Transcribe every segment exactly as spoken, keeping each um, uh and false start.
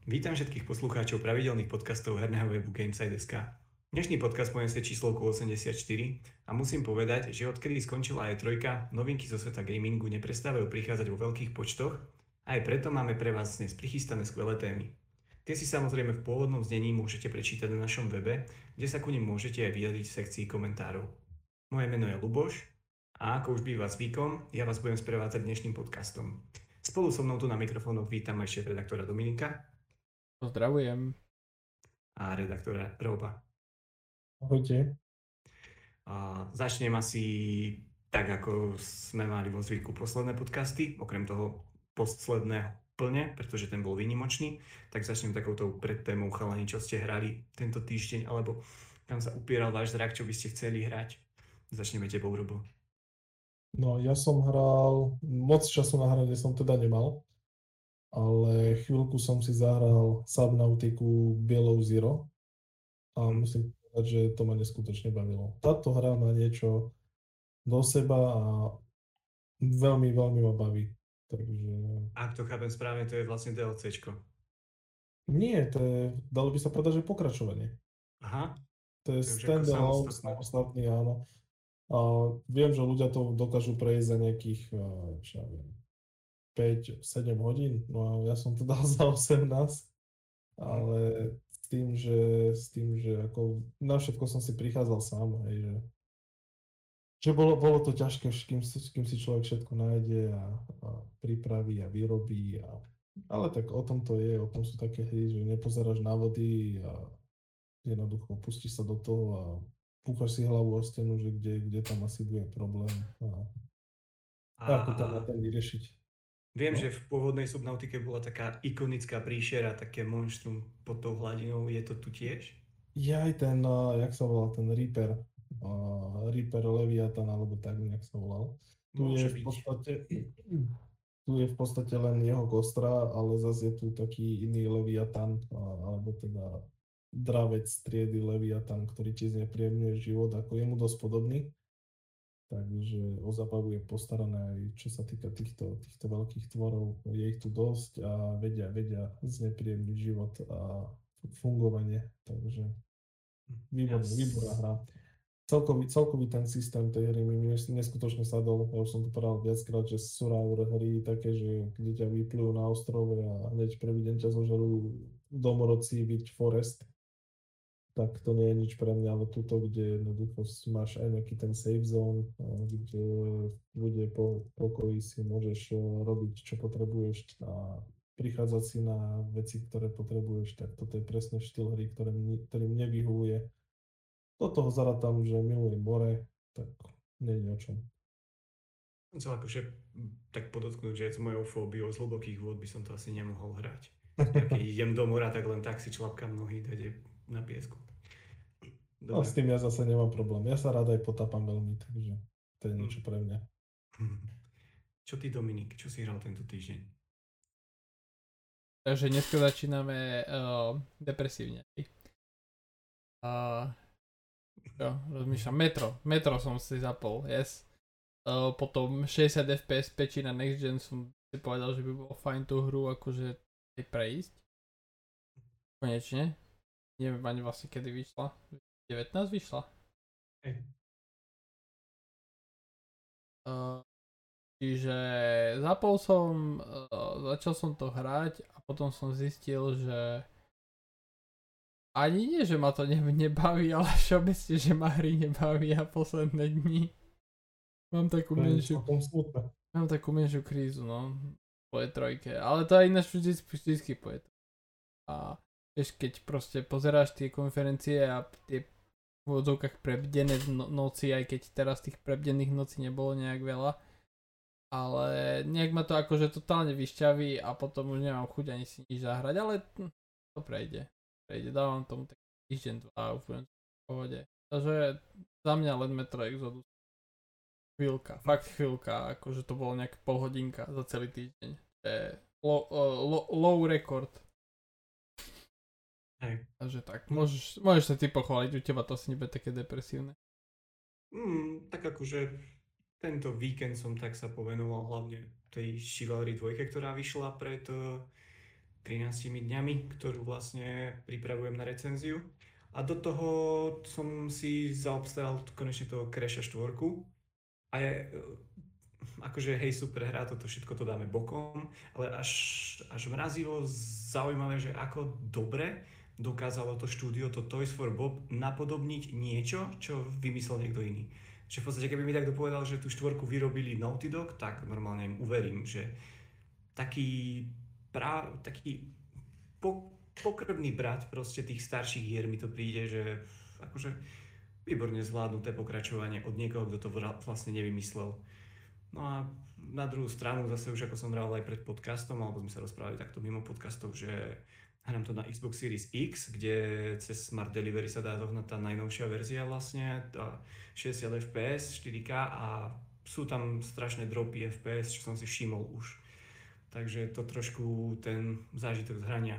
Vítam všetkých poslucháčov pravidelných podcastov herného webu Gameside bodka es ká. Dnešný podcast poniesie číslovku osemdesiatštyri a musím povedať, že odkedy skončila aj trojka, novinky zo sveta gamingu neprestávajú prichádzať vo veľkých počtoch a aj preto máme pre vás dnes prichystané skvelé témy. Tie si samozrejme v pôvodnom znení môžete prečítať na našom webe, kde sa ku nim môžete aj vyjadriť v sekcii komentárov. Moje meno je Luboš a ako už býva zvykom, ja vás budem sprevádzať dnešným podcastom. Spolu so mnou tu na mikrofónoch vítam aj šéf-redaktora Dominika. Pozdravujem. A redaktora Roba. Ahojte. A začnem asi tak, ako sme mali vo zvyku posledné podcasty, okrem toho posledného plne, pretože ten bol výnimočný, tak začnem takouto predtémou chalani, čo ste hrali tento týždeň, alebo kam sa upieral váš zrak, čo by ste chceli hrať. Začneme tebou, Robo. No, ja som hral, moc času na hranie som teda nemal, ale chvíľku som si zahral Subnautiku Below Zero a musím povedať, že to ma neskutočne bavilo. Táto hra má niečo do seba a veľmi, veľmi ma baví. Takže... Ak to chápem správne, to je vlastne DLCčko. Nie, to je, dalo by sa povedať, že pokračovanie. Aha. To je stand-alone, samostatný, áno. A viem, že ľudia to dokážu prejsť za nejakých, čo ja viem, päť sedem hodín, no a ja som to dal za osemnásť, ale s tým, že, s tým, že ako na všetko som si prichádzal sám, hej, že, že bolo, bolo to ťažké, kým, kým si človek všetko nájde a, a pripraví a vyrobí, a, ale tak o tom to je, o tom sú také hry, že nepozeráš na vody a jednoducho pustíš sa do toho a púchaš si hlavu o stenu, že kde, kde tam asi bude problém a, a ako tam na ten vyriešiť. Viem, no. Že v pôvodnej Subnautike bola taká ikonická príšera, také monštrum pod tou hladinou. Je to tu tiež? Jaj, ten, uh, jak sa volal, ten Reaper. Uh, Reaper Leviathan, alebo tak nejak sa volal. Tu je, v podstate, tu je v podstate len jeho kostra, ale zase je tu taký iný Leviathan, uh, alebo teda dravec triedy Leviathan, ktorý ti znepríjemňuje život, ako je mu dosť podobný. Takže o zabavu je postarané aj čo sa týka týchto, týchto veľkých tvorov. Je ich tu dosť a vedia, vedia znepríjemniť život a fungovanie. Takže výborná, yes. výborná hra. Celkový, celkový ten systém tej hry mi neskutočne sadol. Ja už som to povedal viackrát, že surround hry také, že kde ťa vyplujú na ostrove a hneď prvý deň ťa zožerú domorodci Witch Forest. Tak to nie je nič pre mňa, ale tuto, kde jednoducho máš aj nejaký ten safe zone, kde bude po pokoji si môžeš robiť, čo potrebuješ a prichádzať si na veci, ktoré potrebuješ, tak toto je presne štýl hry, ktorý, ktorý mne vyhovuje. Do toho zarátam, že milujem more, tak nie je o čom. Chcel akože tak podotknúť, že s mojou fóbiou z hlbokých vôd by som to asi nemohol hrať. Keď idem do mora, tak len tak si člapkám nohy, dať na piesku. Dobre. No s tým ja zase nemám problém. Ja sa rád aj potápam veľmi, takže to je niečo pre mňa. Čo ty, Dominik, čo si hral tento týždeň? Takže dneska začíname uh, depresívne. Uh, čo, rozmýšľam, Metro. Metro som si zapol, yes. Uh, potom šesťdesiat ef pé es pečí na Next Gen som si povedal, že by bolo fajn tú hru akože aj prejsť. Konečne. Neviem ani vlastne kedy vyšla. devätnásť vyšla? Hej. Uh, čiže zapol som, uh, začal som to hrať a potom som zistil, že ani nie, že ma to ne- nebaví, ale všeobecne, že ma hry nebavia posledné dni. Mám takú menšiu, mám takú menšiu krízu, no, po E tri, ale to aj ináč vždy, vždycky po E tri. A vieš, keď proste pozeráš tie konferencie a tie v úvodzovkách prebdené no- noci, aj keď teraz tých prebdených nocí nebolo nejak veľa, ale nejak ma to akože totálne vyšťaví a potom už nemám chuť ani si nič zahrať, ale to prejde, prejde, dávam tomu tak týždeň, dva a úplne v pohode. Takže za mňa len Metro Exodus. Chvíľka, fakt chvíľka, akože to bolo nejaká pol hodinka za celý týždeň. To je low, low, low record. Hej. Takže tak, môžeš, môžeš sa ty pochváliť, u teba to asi nebude také depresívne. Mm, tak akože tento víkend som tak sa povenoval hlavne tej Chivalry dva, ktorá vyšla pred, trinástimi dňami, ktorú vlastne pripravujem na recenziu. A do toho som si zaobstaral konečne toho Crasha štvorku. A je, akože hej, super hra, toto všetko to dáme bokom, ale až, až mrazivo zaujímavé, že ako dobre dokázalo to štúdio, to Toys for Bob, napodobniť niečo, čo vymyslel niekto iný. Že v podstate, keby mi takto povedal, že tú štvorku vyrobili Naughty Dog, tak normálne im uverím, že taký, pra, taký po, pokrvný brat proste tých starších hier mi to príde, že akože výborne zvládnuté pokračovanie od niekoho, kto to vlastne nevymyslel. No a na druhú stranu zase už ako som hral aj pred podcastom, alebo sme sa rozprávali takto mimo podcastov, že hrám to na Xbox Series X, kde cez Smart Delivery sa dá zohnať tá najnovšia verzia vlastne, tá šesťdesiat ef pé es, štyri ká a sú tam strašné dropy ef pé es, čo som si všimol už. Takže to trošku ten zážitok z hrania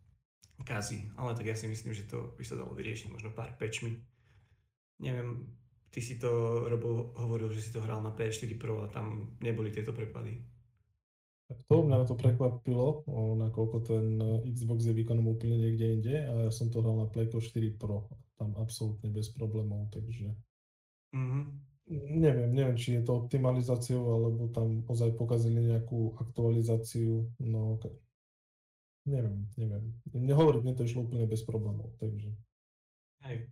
kazí, ale tak ja si myslím, že to by sa dalo vyriešiť možno pár patchmi. Neviem, ty si to, Robo, hovoril, že si to hral na pé es štyri Pro a tam neboli tieto prepady. Tak to mňa to prekvapilo, nakoľko ten Xbox je výkonom úplne niekde inde a ja som to hral na Play štyri Pro, tam absolútne bez problémov, takže mm-hmm. neviem, neviem, či je to optimalizáciou, alebo tam ozaj pokazili nejakú aktualizáciu, no neviem, neviem. Nehovorím, mne to išlo úplne bez problémov, takže... Hej.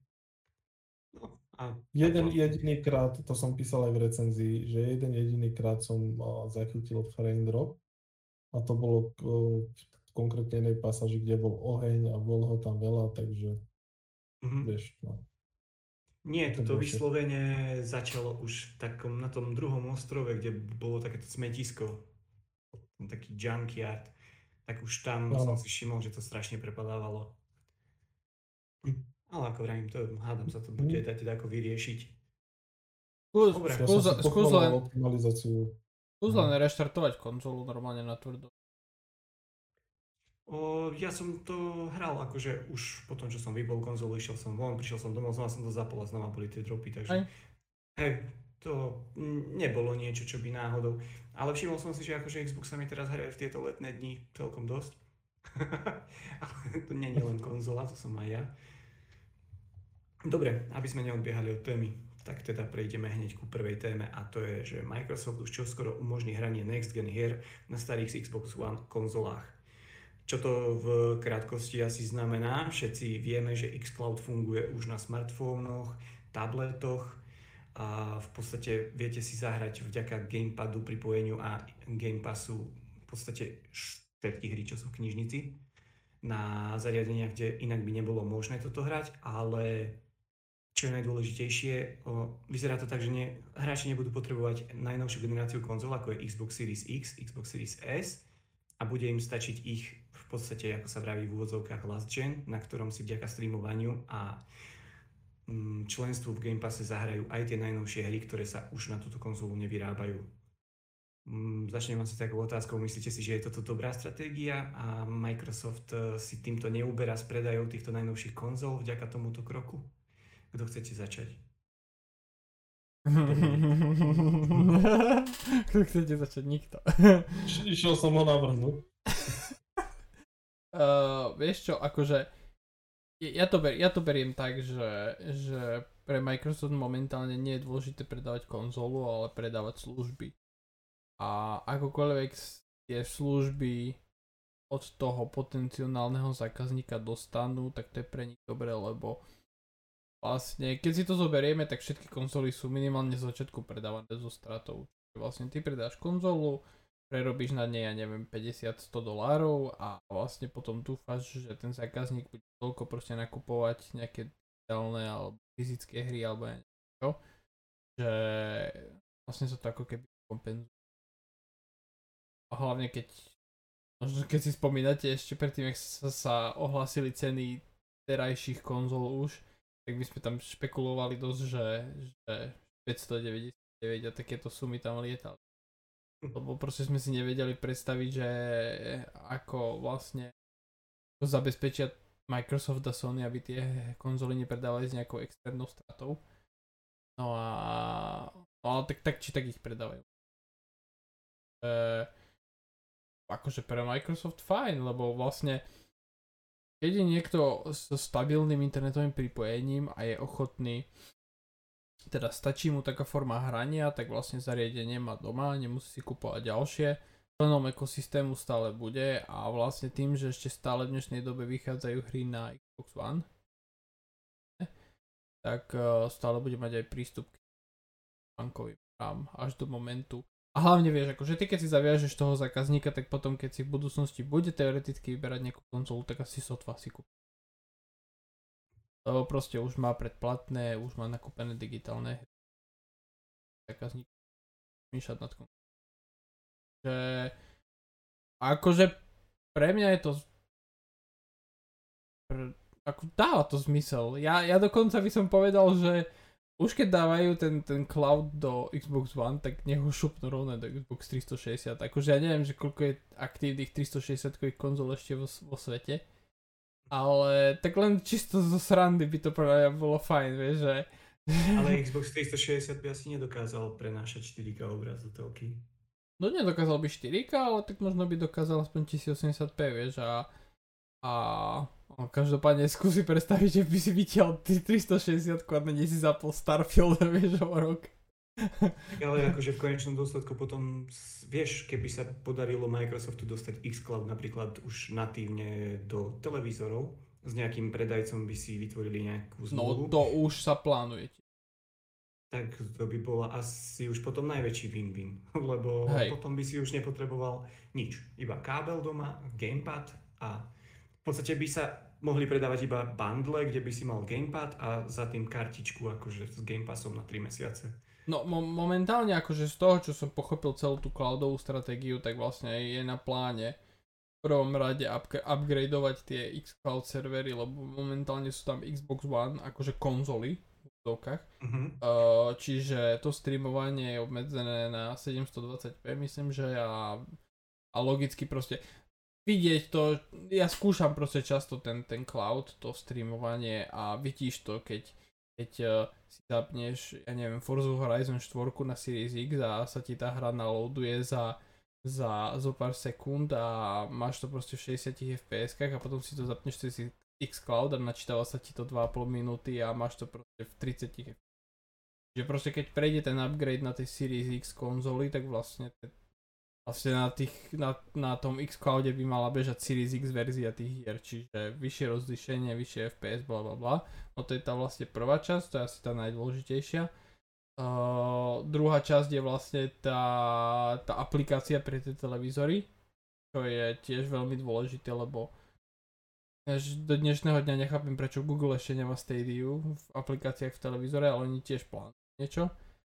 No, a jeden jediný krát, to som písal aj v recenzii, že jeden jediný krát som uh, zachytil frame drop a to bolo uh, v konkrétne inej pasáži, kde bol oheň a bolo ho tam veľa, takže mm-hmm. vieš, no. Nie, toto vyslovene začalo už takom, na tom druhom ostrove, kde bolo takéto smetisko, taký junkyard, tak už tam no. som si všimol, že to strašne prepadávalo. Ale ako vravím, to hádam sa to bude dať teda ako vyriešiť. Skús, Dobre, skús, ja skús len, optimalizáciu. Skús len reštartovať konzolu normálne na tvrdo. O, ja som to hral akože už po tom, čo som vybol konzolu, išiel som von, prišiel som domov, znova som to zapol a znova boli tie dropy, takže hej, to nebolo niečo, čo by náhodou. Ale všimol som si, že akože Xbox sa mi teraz hraje v tieto letné dni celkom dosť. Ale to nie je len konzola, to som aj ja. Dobre, aby sme neodbiehali od témy, tak teda prejdeme hneď ku prvej téme a to je, že Microsoft už čoskoro umožní hranie Next Gen hier na starých Xbox One konzolách. Čo to v krátkosti asi znamená? Všetci vieme, že xCloud funguje už na smartfónoch, tabletoch a v podstate viete si zahrať vďaka Gamepadu, pripojeniu a Game Passu v podstate všetky hry, čo sú v knižnici na zariadeniach, kde inak by nebolo možné toto hrať, ale čo je najdôležitejšie, o, vyzerá to tak, že ne, hráči nebudú potrebovať najnovšiu generáciu konzol, ako je Xbox Series X, Xbox Series S a bude im stačiť ich v podstate, ako sa vraví v úvodzovkách last gen, na ktorom si vďaka streamovaniu a mm, členstvu v Game Passe zahrajú aj tie najnovšie hry, ktoré sa už na túto konzolu nevyrábajú. Mm, začnem asi takou otázkou, myslíte si, že je toto dobrá stratégia a Microsoft si týmto neuberá z predajov týchto najnovších konzol vďaka tomuto kroku? Kto chcete začať? Kto chcete začať? Nikto. Išiel som ho navrhnúť. Uh, vieš čo, akože ja to, ber, ja to beriem tak, že, že pre Microsoft momentálne nie je dôležité predávať konzolu, ale predávať služby. A akokoľvek tie služby od toho potenciálneho zákazníka dostanú, tak to je pre nich dobre, lebo vlastne keď si to zoberieme, tak všetky konzoly sú minimálne z začiatku predávané so stratou. Vlastne ty predáš konzolu, prerobíš na nej, ja neviem, päťdesiat až sto dolárov a vlastne potom dúfaš, že ten zákazník bude toľko proste nakupovať nejaké digitálne alebo fyzické hry alebo ja neviem čo, že vlastne sa to ako keby kompenzuje. A hlavne keď, možno keď si spomínate ešte predtým, ak sa, sa ohlásili ceny terajších konzol už, tak by sme tam špekulovali dosť, že, že päťstodeväťdesiatdeväť a takéto sumy tam lietali. Lebo proste sme si nevedeli predstaviť, že ako vlastne to zabezpečia Microsoft a Sony, aby tie konzoly nepredávali s nejakou externou stratou. No a no, ale tak, tak či tak ich predávajú. E, akože pre Microsoft fajn, lebo vlastne keď je niekto s stabilným internetovým pripojením a je ochotný, teda stačí mu taká forma hrania, tak vlastne zariadenie má doma, nemusí si kupovať ďalšie. Členom ekosystému stále bude a vlastne tým, že ešte stále v dnešnej dobe vychádzajú hry na Xbox One, tak stále bude mať aj prístup k bankovým hrám až do momentu. A hlavne vieš, akože ty keď si zaviažeš toho zákazníka, tak potom keď si v budúcnosti bude teoreticky vyberať nejakú konzolu, tak asi sotva si kúpi. Lebo proste už má predplatné, už má nakúpené digitálne hry. Zákazník myšľať nad konzolou. Že akože pre mňa je to pre, ako dáva to zmysel. Ja, ja dokonca by som povedal, že už keď dávajú ten, ten cloud do Xbox One, tak nech ho šupnú rovno do Xbox tristošesťdesiat. Akože ja neviem, že koľko je aktívnych tristošesťdesiatkových konzol ešte vo, vo svete. Ale tak len čisto zo srandy by to pre mňa bolo fajn, vieš, že... Ale Xbox tristošesťdesiat by asi nedokázal prenášať štyri ká obraz do telky. No nedokázal by štyri ká, ale tak možno by dokázal aspoň tisícosemdesiat pé, vieš, a... A... a každopádne skúsi predstaviť, že by si vytiaľ tristošesťdesiat a nie si zapol Starfield, vieš, o rok. Ale akože v konečnom dôsledku potom, vieš, keby sa podarilo Microsoftu dostať xCloud napríklad už natívne do televízorov, s nejakým predajcom by si vytvorili nejakú zmluvu. No to už sa plánuje. Tak to by bola asi už potom najväčší win-win, lebo Hej. potom by si už nepotreboval nič. Iba kábel doma, gamepad a v podstate by sa mohli predávať iba bundle, kde by si mal gamepad a za tým kartičku akože s gamepassom na tri mesiace. No mo- momentálne akože z toho, čo som pochopil celú tú cloudovú stratégiu, tak vlastne je na pláne v prvom rade up- upgradeovať tie xCloud servery, lebo momentálne sú tam Xbox One, akože konzoly v útovkách. Uh-huh. Uh, čiže to streamovanie je obmedzené na sedemstodvadsať pé, myslím, že a, a logicky proste vidieť to, ja skúšam proste často ten, ten cloud, to streamovanie a vidíš to, keď, keď uh, si zapneš, ja neviem, Forza Horizon štyri na Series X a sa ti tá hra naloaduje za, za zo pár sekúnd a máš to proste v šesťdesiat ef pé eskách a potom si to zapneš cez xCloud a načítava sa ti to dva a pol minúty a máš to proste v tridsať ef pé es. Čiže proste keď prejde ten upgrade na tej Series X konzoli, tak vlastne Vlastne na, tých, na, na tom xCloude by mala bežať Series X verzia tých hier, čiže vyššie rozlíšenie, vyššie ef pé es, bla bla bla. No to je tá vlastne prvá časť, to je asi tá najdôležitejšia. Uh, druhá časť je vlastne tá, tá aplikácia pre tie televízory, čo je tiež veľmi dôležité, lebo do dnešného dňa nechápem, prečo Google ešte nemá Stadia v aplikáciách v televízore, ale oni tiež plánujú niečo.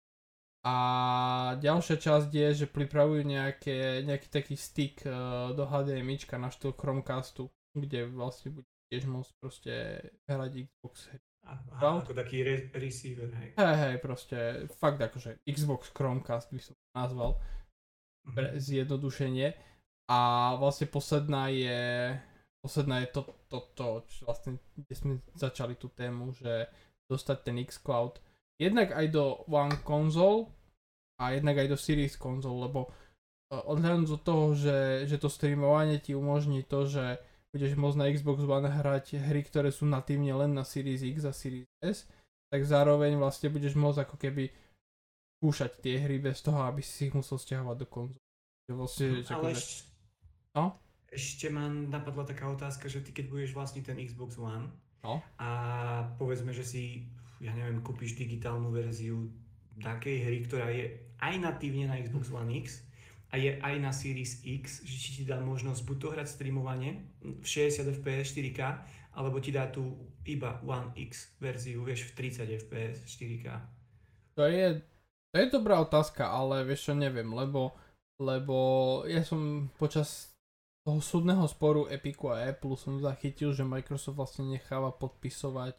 A ďalšia časť je, že pripravujú nejaké, nejaký taký stick uh, do há dé em ička na štýl Chromecastu, kde vlastne bude tiež môcť proste hrať Xbox. Aha, ako taký re- receiver, hej. Hej, hej, proste fakt akože Xbox Chromecast by som nazval pre zjednodušenie. A vlastne posledná je, posledná je to, to, to, čo vlastne, kde sme začali tú tému, že dostať ten xCloud jednak aj do One konzol a jednak aj do Series konzol, lebo odhľadnúť od toho, že, že to streamovanie ti umožní to, že budeš môcť na Xbox One hrať hry, ktoré sú natívne len na Series X a Series S, tak zároveň vlastne budeš môcť ako keby skúšať tie hry bez toho, aby si ich musel stiahovať do konzol. Vlastne, no, ale ešte, no? ešte ma napadla taká otázka, že ty keď budeš vlastniť ten Xbox One no? a povedzme, že si ja neviem, kúpiš digitálnu verziu takej hry, ktorá je aj natívne na Xbox One X a je aj na Series X, že či ti dá možnosť buď dohrať streamovanie v šesťdesiat ef pé es štyri ká, alebo ti dá tu iba One X verziu, vieš, v tridsať ef pé es štyri ká. To je, to je dobrá otázka, ale vieš čo, neviem, lebo, lebo ja som počas toho súdneho sporu Epicu a Apple som zachytil, že Microsoft vlastne necháva podpisovať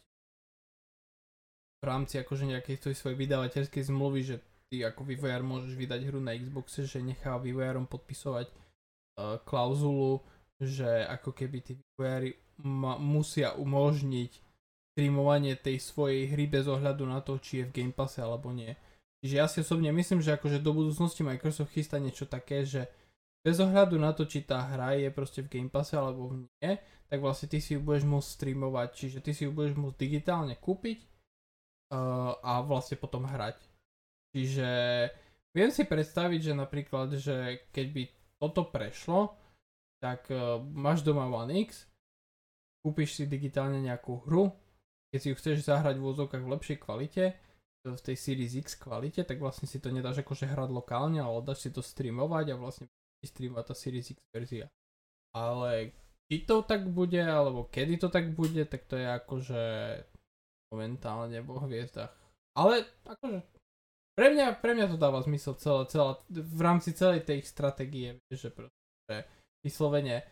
v rámci akože nejakej svojej vydavateľskej zmluvy, že ty ako vývojár môžeš vydať hru na Xboxe, že necháva vývojárom podpisovať uh, klauzulu, že ako keby tí vývojári ma- musia umožniť streamovanie tej svojej hry bez ohľadu na to, či je v Game Passe alebo nie. Čiže ja si osobne myslím, že akože do budúcnosti Microsoft chystá niečo také, že bez ohľadu na to, či tá hra je proste v Game Passe alebo nie, tak vlastne ty si ju budeš môcť streamovať, čiže ty si ju budeš môcť digitálne kúpiť uh, a vlastne potom hrať. Čiže viem si predstaviť, že napríklad, že keď by toto prešlo, tak uh, máš doma One X, kúpiš si digitálne nejakú hru, keď si ju chceš zahrať v úvodzovkách v lepšej kvalite, v tej Series X kvalite, tak vlastne si to nedáš akože hrať lokálne, ale dáš si to streamovať a vlastne streamovať tá Series X verzia. Ale či to tak bude, alebo kedy to tak bude, tak to je akože momentálne vo hviezdach. Ale akože pre mňa, pre mňa to dáva zmysel celé, celé, v rámci celej tej ich stratégie, že proste vyslovene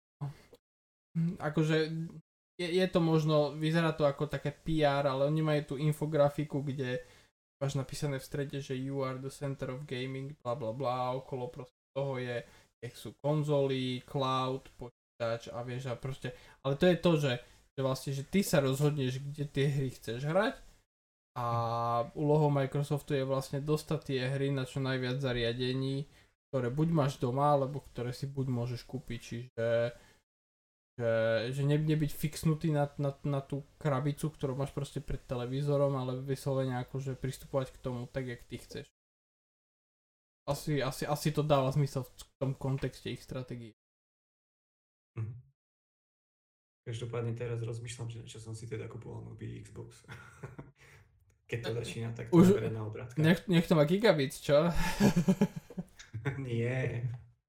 akože je, je to možno, vyzerá to ako také pé er, ale oni majú tú infografiku, kde máš napísané v strede, že you are the center of gaming, bla bla bla, okolo proste toho je, jak sú konzoly, cloud, počítač a vieš a proste, ale to je to, že, že vlastne, že ty sa rozhodneš, kde tie hry chceš hrať a úlohou Microsoftu je vlastne dostať tie hry na čo najviac zariadení, ktoré buď máš doma, alebo ktoré si buď môžeš kúpiť, čiže že, že ne, nebyť fixnutý na, na, na tú krabicu, ktorú máš proste pred televízorom, ale vyslovene akože pristupovať k tomu tak, jak ty chceš. Asi, asi, asi to dáva zmysel v tom kontexte ich stratégie. Mhm. Každopádne teraz rozmýšľam, že čo som si teda kupoval nový Xbox. Keď to začína, tak to Už je na obrátka. Nech, nech to má gigabit, čo? Nie.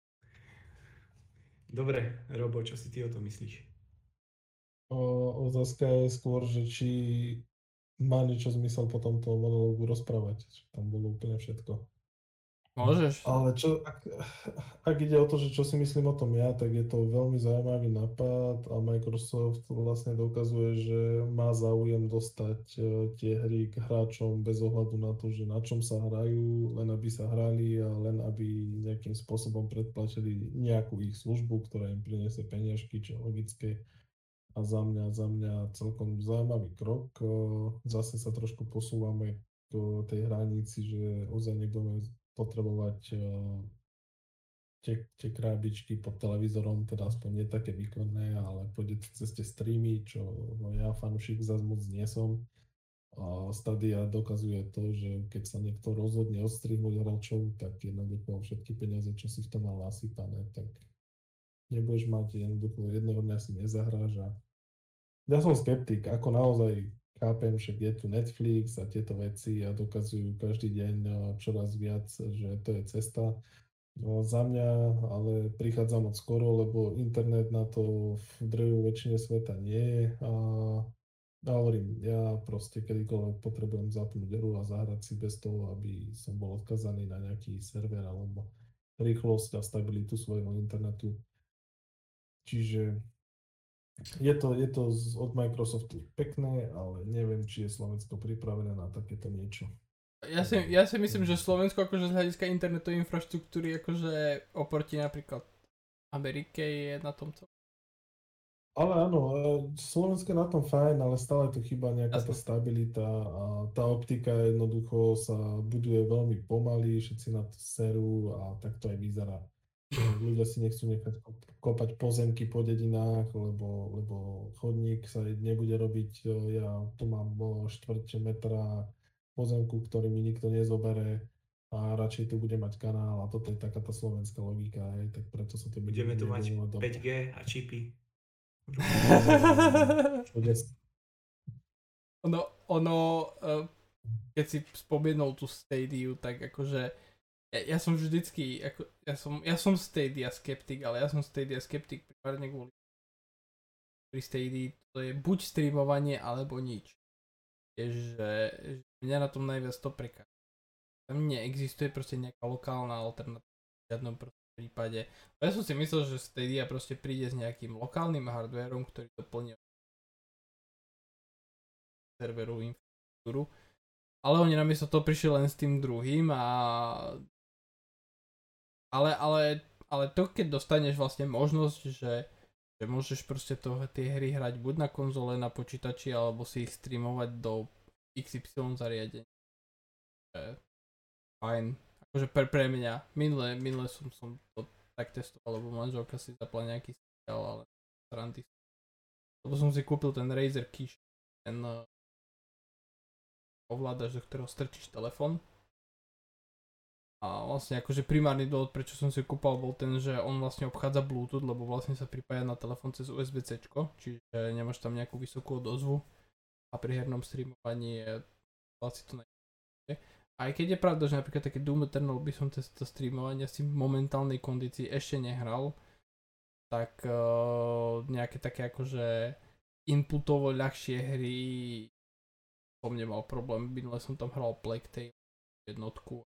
Dobre, Robo, čo si ty o tom myslíš? O, otázka je skôr, že či má niečo zmysel po tomto monológu rozprávať. Tam bolo úplne všetko. Môžeš. Ale čo, ak, ak ide o to, že čo si myslím o tom ja, tak je to veľmi zaujímavý nápad a Microsoft vlastne dokazuje, že má záujem dostať tie hry k hráčom bez ohľadu na to, že na čom sa hrajú, len aby sa hrali a len aby nejakým spôsobom predplatili nejakú ich službu, ktorá im priniesie peniažky, čo je logické. A za mňa, za mňa celkom zaujímavý krok. Zase sa trošku posúvame do tej hranici, že ozaj nebudeme potrebovať tie, tie krabičky pod televízorom, teda aspoň nie také výkonné, ale pôjde cez tie streamy, čo no ja fanúšik zase moc nie som. A Stadia dokazuje to, že keď sa niekto rozhodne odstrihnúť hráčov, tak jednoducho všetky peniaze, čo si v tom mal nasypané, tak nebudeš mať, jednoducho jedného dňa si nezahráš a ja som skeptik, ako naozaj chápem, však je tu Netflix a tieto veci a dokazujú každý deň čoraz viac, že to je cesta. No, za mňa ale prichádza moc skoro, lebo internet na to v drvivej väčšine sveta nie je a ja hovorím, ja proste kedykoľvek potrebujem zapnúť hru a zahrať si bez toho, aby som bol odkazaný na nejaký server alebo rýchlosť a stabilitu svojho internetu. Čiže je to, je to z, od Microsoftu pekné, ale neviem, či je Slovensko pripravené na takéto niečo. Ja si, ja si myslím, že Slovensko akože z hľadiska internetovej infraštruktúry akože oproti napríklad Amerike je na tom celom. Ale áno, Slovensko je na tom fajn, ale stále tu chýba nejaká tá stabilita a tá optika jednoducho sa buduje veľmi pomaly, všetci na to serú a tak to aj vyzerá. Ľudia si nechcú nechať kopať pozemky po dedinách, lebo, lebo chodník sa nebude robiť. Ja tu mám štvrť metra pozemku, ktorý mi nikto nezobere a radšej tu bude mať kanál a toto je taká tá slovenská logika, aj, tak preto sa to bude... Budeme tu mať päť G a čipy. ono, ono, keď si spomenul tú Stadiu, tak akože Ja, ja som vždycky, ako, ja, som, ja som Stadia skeptik, ale ja som Stadia skeptik primárne kvôli pri Stadii, to je buď streamovanie, alebo nič. Je, že, že mňa na tom najviac to prekáža. Tam neexistuje proste nejaká lokálna alternatíva v žiadnom prípade. Ja som si myslel, že Stadia proste príde s nejakým lokálnym hardwareom, ktorý doplní serverovú infraštruktúru, ale oni namiesto toho prišli len s tým druhým a Ale, ale, ale to, keď dostaneš vlastne možnosť, že, že môžeš proste to, tie hry hrať buď na konzole, na počítači, alebo si ich streamovať do iks ypsilon zariadenia. Fajn. Akože pre, pre mňa. Minule, minule som, som to tak testoval, lebo manželka si zapla nejaký seriál, ale srandy. Lebo som si kúpil ten Razer Kish, ten uh, ovládač, do ktorého strčíš telefón. A vlastne akože primárny dôvod, prečo som si kúpal, bol ten, že on vlastne obchádza Bluetooth, lebo vlastne sa pripája na telefón cez ú es bé-C, čiže nemáš tam nejakú vysokú odozvu a pri hernom streamovaní je vlastne to najlepšie. Aj keď je pravda, že napríklad také Doom Eternal by som cez to streamovanie si v momentálnej kondícii ešte nehral, tak uh, nejaké také akože inputovo ľahšie hry som nemal problém, minule som tam hral Plague Tale jednotku.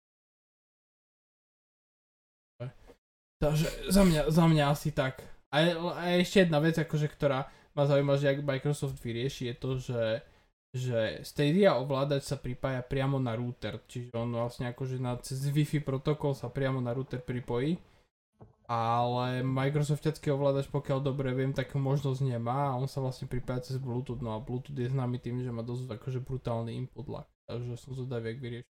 Takže za mňa, za mňa asi tak. A, a ešte jedna vec, akože, ktorá ma zaujíma, že ak Microsoft vyrieši, je to, že, že Stadia ovládač sa pripája priamo na router, čiže on vlastne akože na, cez Wi-Fi protokol sa priamo na router pripojí, ale Microsoftiacký ovládač, pokiaľ dobre viem, takú možnosť nemá a on sa vlastne pripája cez Bluetooth, no a Bluetooth je známy tým, že má dosť akože brutálny input lag, takže som zvedavý, ak vyrieši.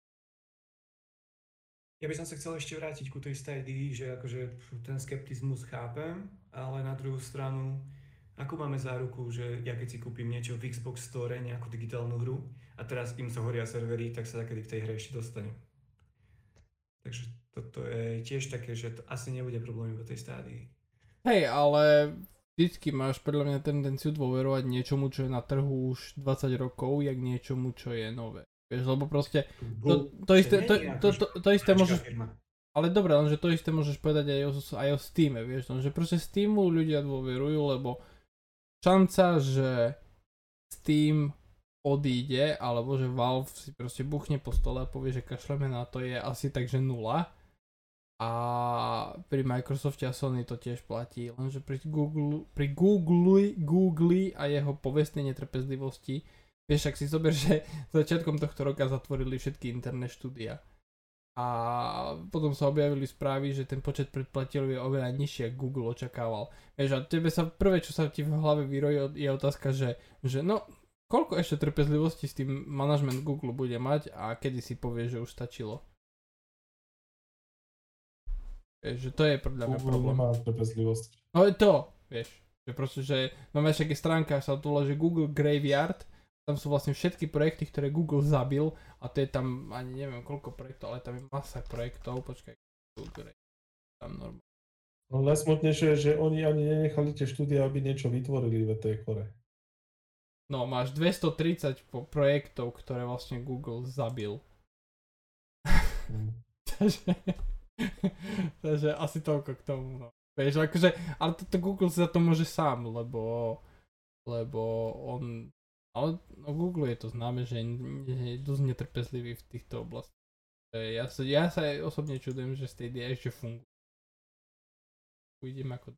Ja by som sa chcel ešte vrátiť ku tej Stadii, že akože ten skeptizmus chápem, ale na druhú stranu, ako máme záruku, že ja keď si kúpim niečo v Xbox Store, nejakú digitálnu hru, a teraz im sa horia servery, tak sa takedy v tej hre ešte dostanem. Takže toto je tiež také, že to asi nebude problém iba tej Stadii. Hej, ale vždycky máš podľa mňa tendenciu dôverovať niečomu, čo je na trhu už dvadsať rokov, jak niečomu, čo je nové. Vieš, lebo proste to, to isté, to, to, to, to isté môžeš, ale dobre, lenže to isté môžeš povedať aj o, aj o Steame, vieš, že proste Steamu ľudia dôverujú, lebo šanca, že Steam odíde, alebo že Valve si proste buchne po stole a povie, že kašleme na to, je asi tak, že nula. A pri Microsofte a Sony to tiež platí, lenže pri Google, pri Google, Google a jeho povestnej netrpezlivosti. Vieš, ak si zober, že začiatkom tohto roka zatvorili všetky interné štúdia. A potom sa objavili správy, že ten počet predplatiteľov je oveľa nižší, ako Google očakával. Vieš, a tebe sa prvé, čo sa ti v hlave vyrojí, je otázka, že, že no, koľko ešte trpezlivosti s tým manažment Google bude mať a kedy si povie, že už stačilo. Vieš, že to je podľa mňa problém. Google nemá trpezlivosť. No je to, vieš, že proste, že máme všaké stránka, sa tu volá, že Google Graveyard. Tam sú vlastne všetky projekty, ktoré Google zabil a to je tam, ani neviem koľko projektov, ale tam je masa projektov, počkaj, Google tam normálne. No najsmutnejšie je, že oni ani nenechali tie štúdia, aby niečo vytvorili v tej kore. No, máš dvestotridsať projektov, ktoré vlastne Google zabil. Mm. takže, takže asi toľko k tomu, no. Vieš, akože, ale toto Google za to môže sám, lebo, lebo on ale no Google je to známe, že je dosť netrpezlivý v týchto oblastiach. Ja sa, ja sa osobne čudujem, že Stadia ešte funguje. Uvidím ako...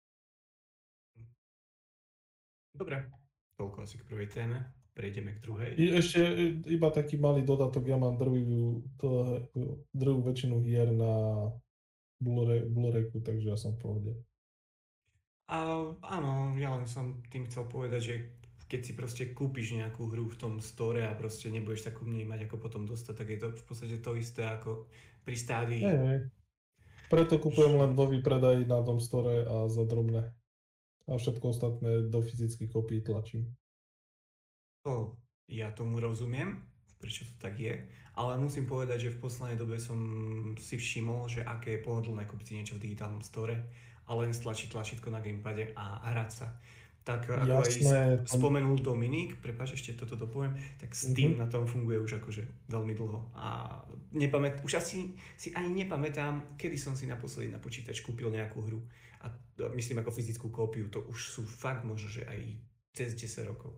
Dobre, toľko asi k prvej téme. Prejdeme k druhej. I ešte iba taký malý dodatok, ja mám drvivú, drvivú väčšinu hier na Blu-ray, Blu-rayku, takže ja som v pohode. A, áno, ja len som tým chcel povedať, že keď si proste kúpiš nejakú hru v tom store a proste nebudeš takú nej mať ako potom dostať, tak je to v podstate to isté ako pri Stadii. Hej, hej. Preto kúpujem len vo výpredaji na tom store a za drobné. A všetko ostatné do fyzických kopií tlačím. To ja tomu rozumiem, prečo to tak je, ale musím povedať, že v poslednej dobe som si všimol, že aké je pohodlné kúpiť si niečo v digitálnom store a len stlačiť tlačítko na gamepade a hrať sa. Tak ako Jasné, aj spomenul Dominik, prepáč, ešte toto dopoviem, tak Steam uh-huh. na tom funguje už akože veľmi dlho a nepamät, už asi si ani nepamätám, kedy som si naposledy na počítač kúpil nejakú hru a myslím ako fyzickú kópiu, to už sú fakt možno, že aj cez desať rokov.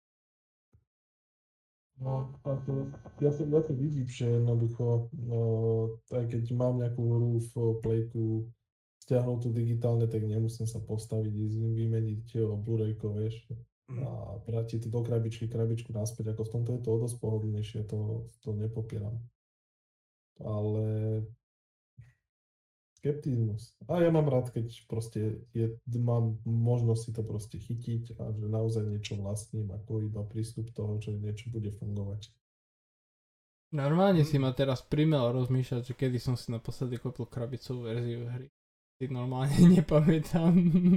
No, a to, ja, to, ja to vidím, že jednoducho, no, aj keď mám nejakú hru v Playku, stiahnuť to digitálne, tak nemusím sa postaviť, vymeniť Blu-rayko, vieš, mm. a vrátiť to do krabičky, krabičku naspäť, ako v tomto je to o dosť pohodlnejšie, to, to nepopieram. Ale skeptizmus. A ja mám rád, keď proste je, mám možnosť si to proste chytiť a že naozaj niečo vlastním, ako iba prístup toho, že niečo bude fungovať. Normálne mm. si ma teraz primel rozmýšľať, že kedy som si naposledy kúpil krabicovú verziu hry. si normálne nepamätám.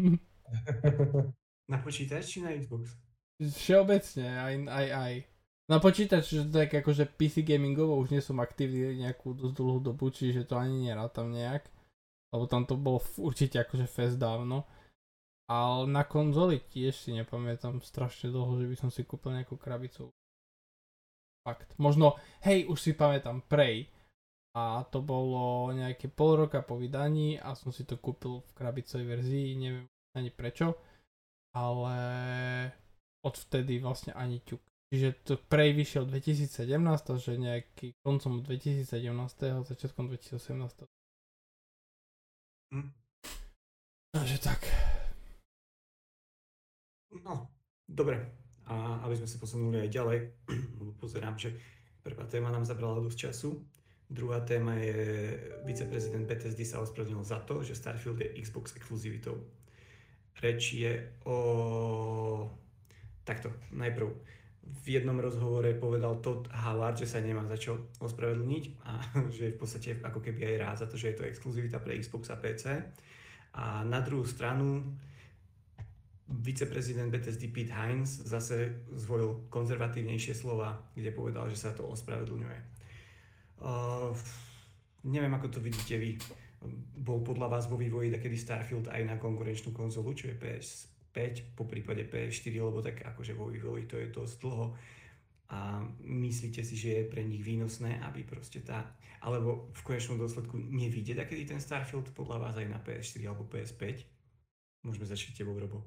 Na počítač či na Xbox? Všeobecne, aj, aj, aj. Na počítač, že tak akože pé cé gamingovo už nie som aktívny nejakú dosť dlhú dobu, čiže to ani nerátam nejak. Lebo tam to bolo určite akože fest dávno. Ale na konzoli tiež si nepamätám strašne dlho, že by som si kúpil nejakú krabicu. Fakt. Možno, hej, už si pamätám, Prey. A to bolo nejaké pol roka po vydaní a som si to kúpil v krabicovej verzii, neviem ani prečo. Ale odvtedy vlastne ani ťuk. Čiže to Prey vyšiel dvetisícsedemnásť, takže nejaký koncom dvetisícsedemnásť, začiatkom dvetisícosemnásť. Hm. Takže tak. No, dobre. A aby sme sa posunuli aj ďalej, pozerám, že prvá téma nám zabrala dosť času. Druhá téma je, viceprezident Bethesdy sa ospravedlnil za to, že Starfield je Xbox exkluzivitou. Reč je o... Takto, najprv. V jednom rozhovore povedal Todd Howard, že sa nemá za čo ospravedlniť a že je v podstate ako keby aj rád za to, že je to exkluzivita pre Xbox a pé cé. A na druhú stranu viceprezident Bethesdy Pete Hines zase zvolil konzervatívnejšie slova, kde povedal, že sa to ospravedlňuje. Uh, neviem, ako to vidíte vy. Bol podľa vás vo vývoji takedy Starfield aj na konkurenčnú konzolu, čo je pé es päť, po prípade pé es štyri, lebo tak akože vo vývoji to je dosť dlho. A myslíte si, že je pre nich výnosné, aby proste tá, alebo v konečnom dôsledku nevidieť takedy ten Starfield podľa vás aj na pé es štyri alebo pé es päť? Môžeme začať tebou, Robo.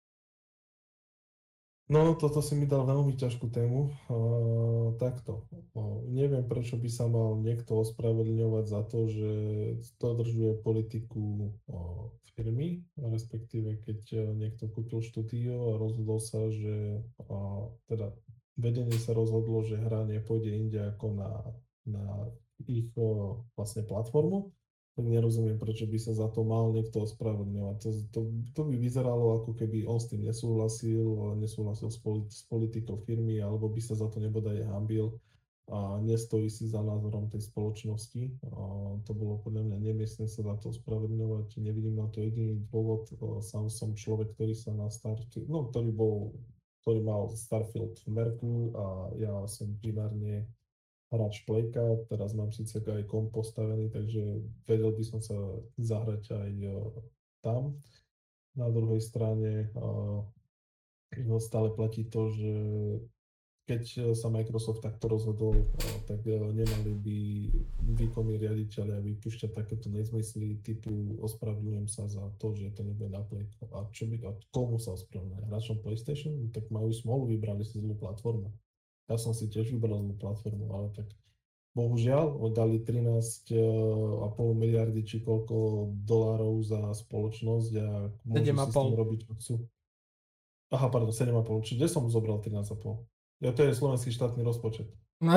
No, toto si mi dal veľmi ťažkú tému. Uh, takto. Uh, neviem, prečo by sa mal niekto ospravedlňovať za to, že dodržuje politiku uh, firmy, respektíve keď uh, niekto kúpil štúdio a rozhodol sa, že uh, teda vedenie sa rozhodlo, že hra nepôjde inde ako na, na ich uh, vlastne platformu, tak nerozumiem, prečo by sa za to mal niekto ospravedlňovať. To, to, to by vyzeralo, ako keby on s tým nesúhlasil, nesúhlasil s, politi- s politikou firmy, alebo by sa za to nebodaj hambil a nestojí si za názorom tej spoločnosti. A to bolo podľa mňa nemiestne sa za to ospravedlňovať. Nevidím na to jediný dôvod. Sám som človek, ktorý sa na Starfield, no, ktorý bol, ktorý mal Starfield v Merku a ja som primárne hráč Playka, teraz mám síce aj komp postavený, takže vedel by som sa zahrať aj tam. Na druhej strane stále platí to, že keď sa Microsoft takto rozhodol, tak nemali by výkonní riaditeľia vypúšťať takéto nezmysly typu ospravedlňujem sa za to, že to nebude na Playku. A čo by, a komu sa ospravedlňuje? Hráčom PlayStation? Tak majú smolu, vybrali si zlú platformu. Ja som si tiež vybral zlú platformu, ale tak bohužiaľ dali trinásť a pol miliardy či koľko dolárov za spoločnosť a môžu si s tým robiť, čo chcú. Aha, pardon, sedem a pol. Čiže kde som zobral trinásť a pol? Ja, to je slovenský štátny rozpočet.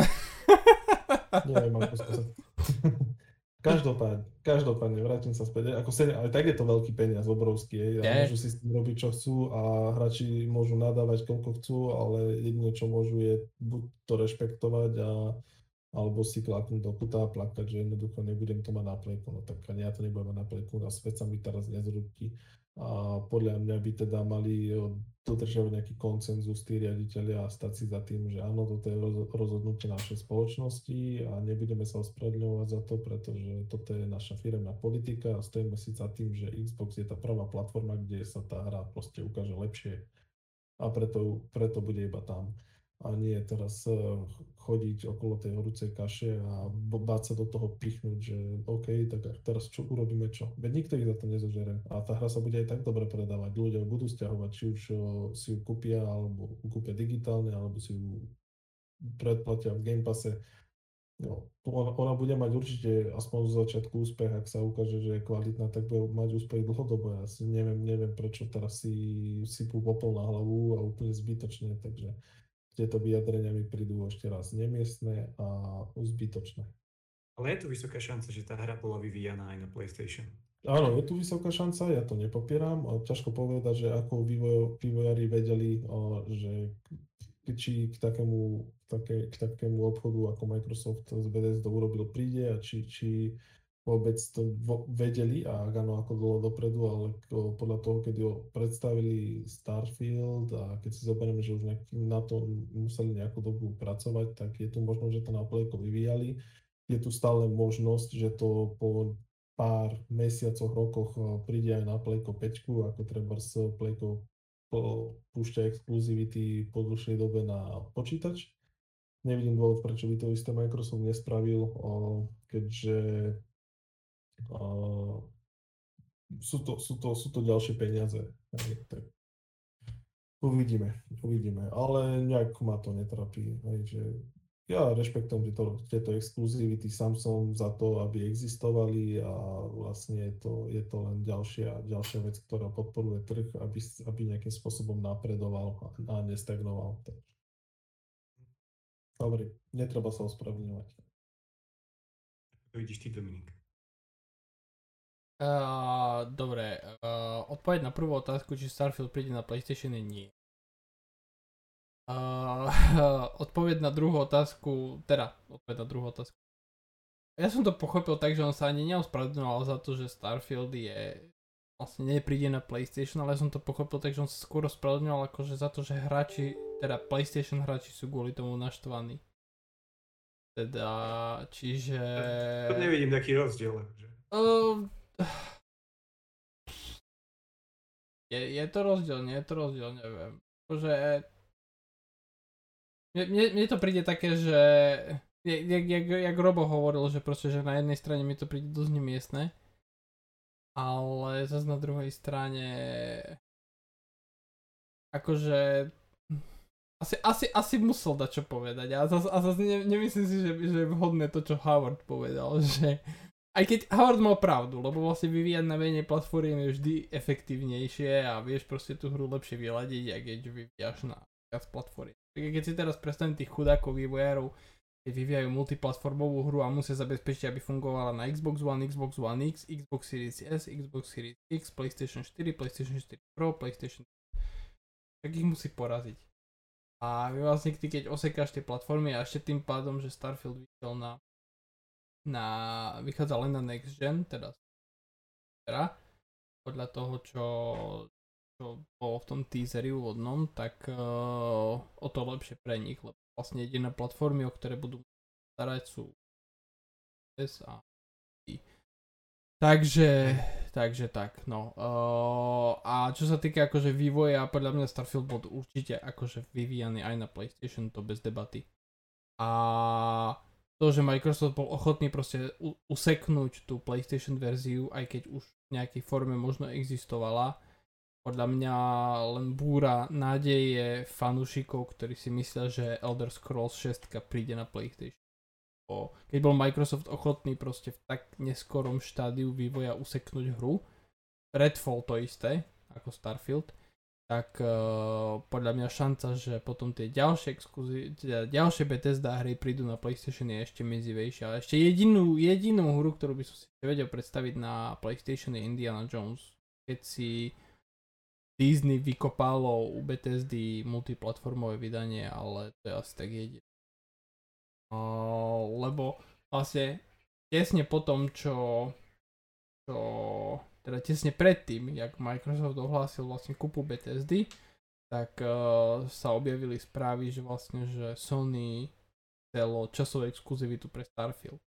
Neviem, ako som sa... Každopádne, každopádne, vrátim sa späť. Ako sedem, ale tak je to veľký peniaz, obrovský. A môžu si s tým robiť, čo chcú a hráči môžu nadávať, koľko chcú, ale jedine, čo môžu, je buď to rešpektovať a alebo si klaknúť do kuta a plakať, že jednoducho nebudem to mať na Playku. No tak ani ja to nebudem mať na Playku, a svet sa mi teraz nezrúti. A podľa mňa by teda mali dodržiavať nejaký konsenzus tí riaditeľia a stať si za tým, že áno, toto je rozhodnutie našej spoločnosti a nebudeme sa ospravedlňovať za to, pretože toto je naša firemná politika a stojíme si za tým, že Xbox je tá prvá platforma, kde sa tá hra proste ukáže lepšie a preto, preto bude iba tam. A nie teraz chodiť okolo tej horúcej kaše a báť sa do toho pichnúť, že OK, tak teraz čo urobíme čo? Veď nikto ich za to nezožere. A tá hra sa bude aj tak dobre predávať. Ľudia budú stiahovať, či už si ju kúpia, alebo kúpia digitálne, alebo si ju predplatia v Game Passe. No, ona, ona bude mať určite aspoň z začiatku úspech, ak sa ukáže, že je kvalitná, tak bude mať úspech dlhodobo. Ja si neviem, neviem prečo teraz si sypú popol na hlavu a úplne zbytočne, takže tieto vyjadrenia mi prídu ešte raz nemiestne a zbytočné. Ale je tu vysoká šanca, že tá hra bola vyvíjaná aj na PlayStation. Áno, je tu vysoká šanca, ja to nepopieram. Ťažko povedať, že ako vývoj, vývojári vedeli, že či k takému, také, k takému obchodu ako Microsoft s Bethesdou urobil príde a či, či vôbec to vedeli a ak áno, ako dlho dopredu, ale podľa toho, keď ho predstavili Starfield a keď si zoberieme, že už na to museli nejakú dobu pracovať, tak je tu možnosť, že to na Playko vyvíjali. Je tu stále možnosť, že to po pár mesiacoch, rokoch príde aj na Playko päť, ako treba s Playko púšťa exkluzivity po dlhšej dobe na počítač. Nevidím dôvod, prečo by to isté Microsoft nespravil, keďže Uh, sú, to, sú, to, sú to ďalšie peniaze. Tak uvidíme, uvidíme. Ale nejak ma to netrapí. Že ja rešpektujem tieto, tieto exkluzivity, sám som za to, aby existovali a vlastne je to, je to len ďalšia, ďalšia vec, ktorá podporuje trh, aby, aby nejakým spôsobom napredoval a nestagnoval. Dobre, netreba sa ospravedlňovať. Vidíš ty, Dominik? Uh, dobre, uh, odpoveď na prvú otázku, či Starfield príde na PlayStation je nie. Uh, odpoveď na druhú otázku, teda odpoveď na druhú otázku. Ja som to pochopil tak, že on sa ani neospravedlňoval za to, že Starfield je vlastne nepríde na PlayStation, ale ja som to pochopil tak, že on sa skôr ospravedlňoval akože za to, že hráči, teda PlayStation hráči sú kvôli tomu naštvaní. Teda, čiže... To nevidím taký rozdiel. Že... Uh, Je, je to rozdiel, nie je to rozdiel, neviem. Akože... Mne, mne to príde také, že... Jak, jak, jak Robo hovoril, že proste, že na jednej strane mi to príde dosť nemiestne. Ale zase na druhej strane... Akože... Asi, asi, asi musel dať čo povedať. A zase, a zase ne, nemyslím si, že, že je vhodné to, čo Howard povedal, že... Aj keď Howard mal pravdu, lebo vlastne vyvíjať na menej platform je vždy efektívnejšie a vieš proste tú hru lepšie vyladiť, ak keď vyvíjaš na viac platform. Keď si teraz predstavím tých chudákov vývojárov, keď vyvíjajú multiplatformovú hru a musia zabezpečiť, aby fungovala na Xbox One, Xbox One X, Xbox Series S, Xbox Series X, PlayStation štyri, PlayStation štyri Pro, PlayStation tak ich musí poraziť. A vlastne ty keď osekáš tie platformy a ešte tým pádom, že Starfield vyšiel na na, vychádza len na next gen, teda, teda podľa toho, čo, čo bolo v tom teaseri úvodnom, tak uh, o to lepšie pre nich, lebo vlastne jediné platformy, o ktoré budú starať sú es a i. Takže, takže tak, no. Uh, a čo sa týka akože vývoja, podľa mňa Starfield bol určite akože vyvíjaný aj na PlayStation, to bez debaty. A to, že Microsoft bol ochotný proste useknúť tú PlayStation verziu, aj keď už v nejakej forme možno existovala, podľa mňa len búra nádeje fanúšikov, ktorí si myslia, že Elder Scrolls šesť príde na PlayStation. Keď bol Microsoft ochotný proste v tak neskorom štádiu vývoja useknúť hru, Redfall to isté, ako Starfield, tak uh, podľa mňa šanca, že potom tie ďalšie exkluzi- teda ďalšie Bethesda hry prídu na PlayStation je ešte mizivejšia. Ale ešte jedinú, jedinú hru, ktorú by som si vedel predstaviť na PlayStation je Indiana Jones. Keď si Disney vykopalo u Bethesdy multiplatformové vydanie, ale to je asi tak jediné. Uh, lebo vlastne tesne po tom, čo, čo teda tesne predtým, jak Microsoft ohlásil vlastne kúpu Bethesdy, tak uh, sa objavili správy, že vlastne, že Sony chcelo časovú exkluzivitu pre Starfield.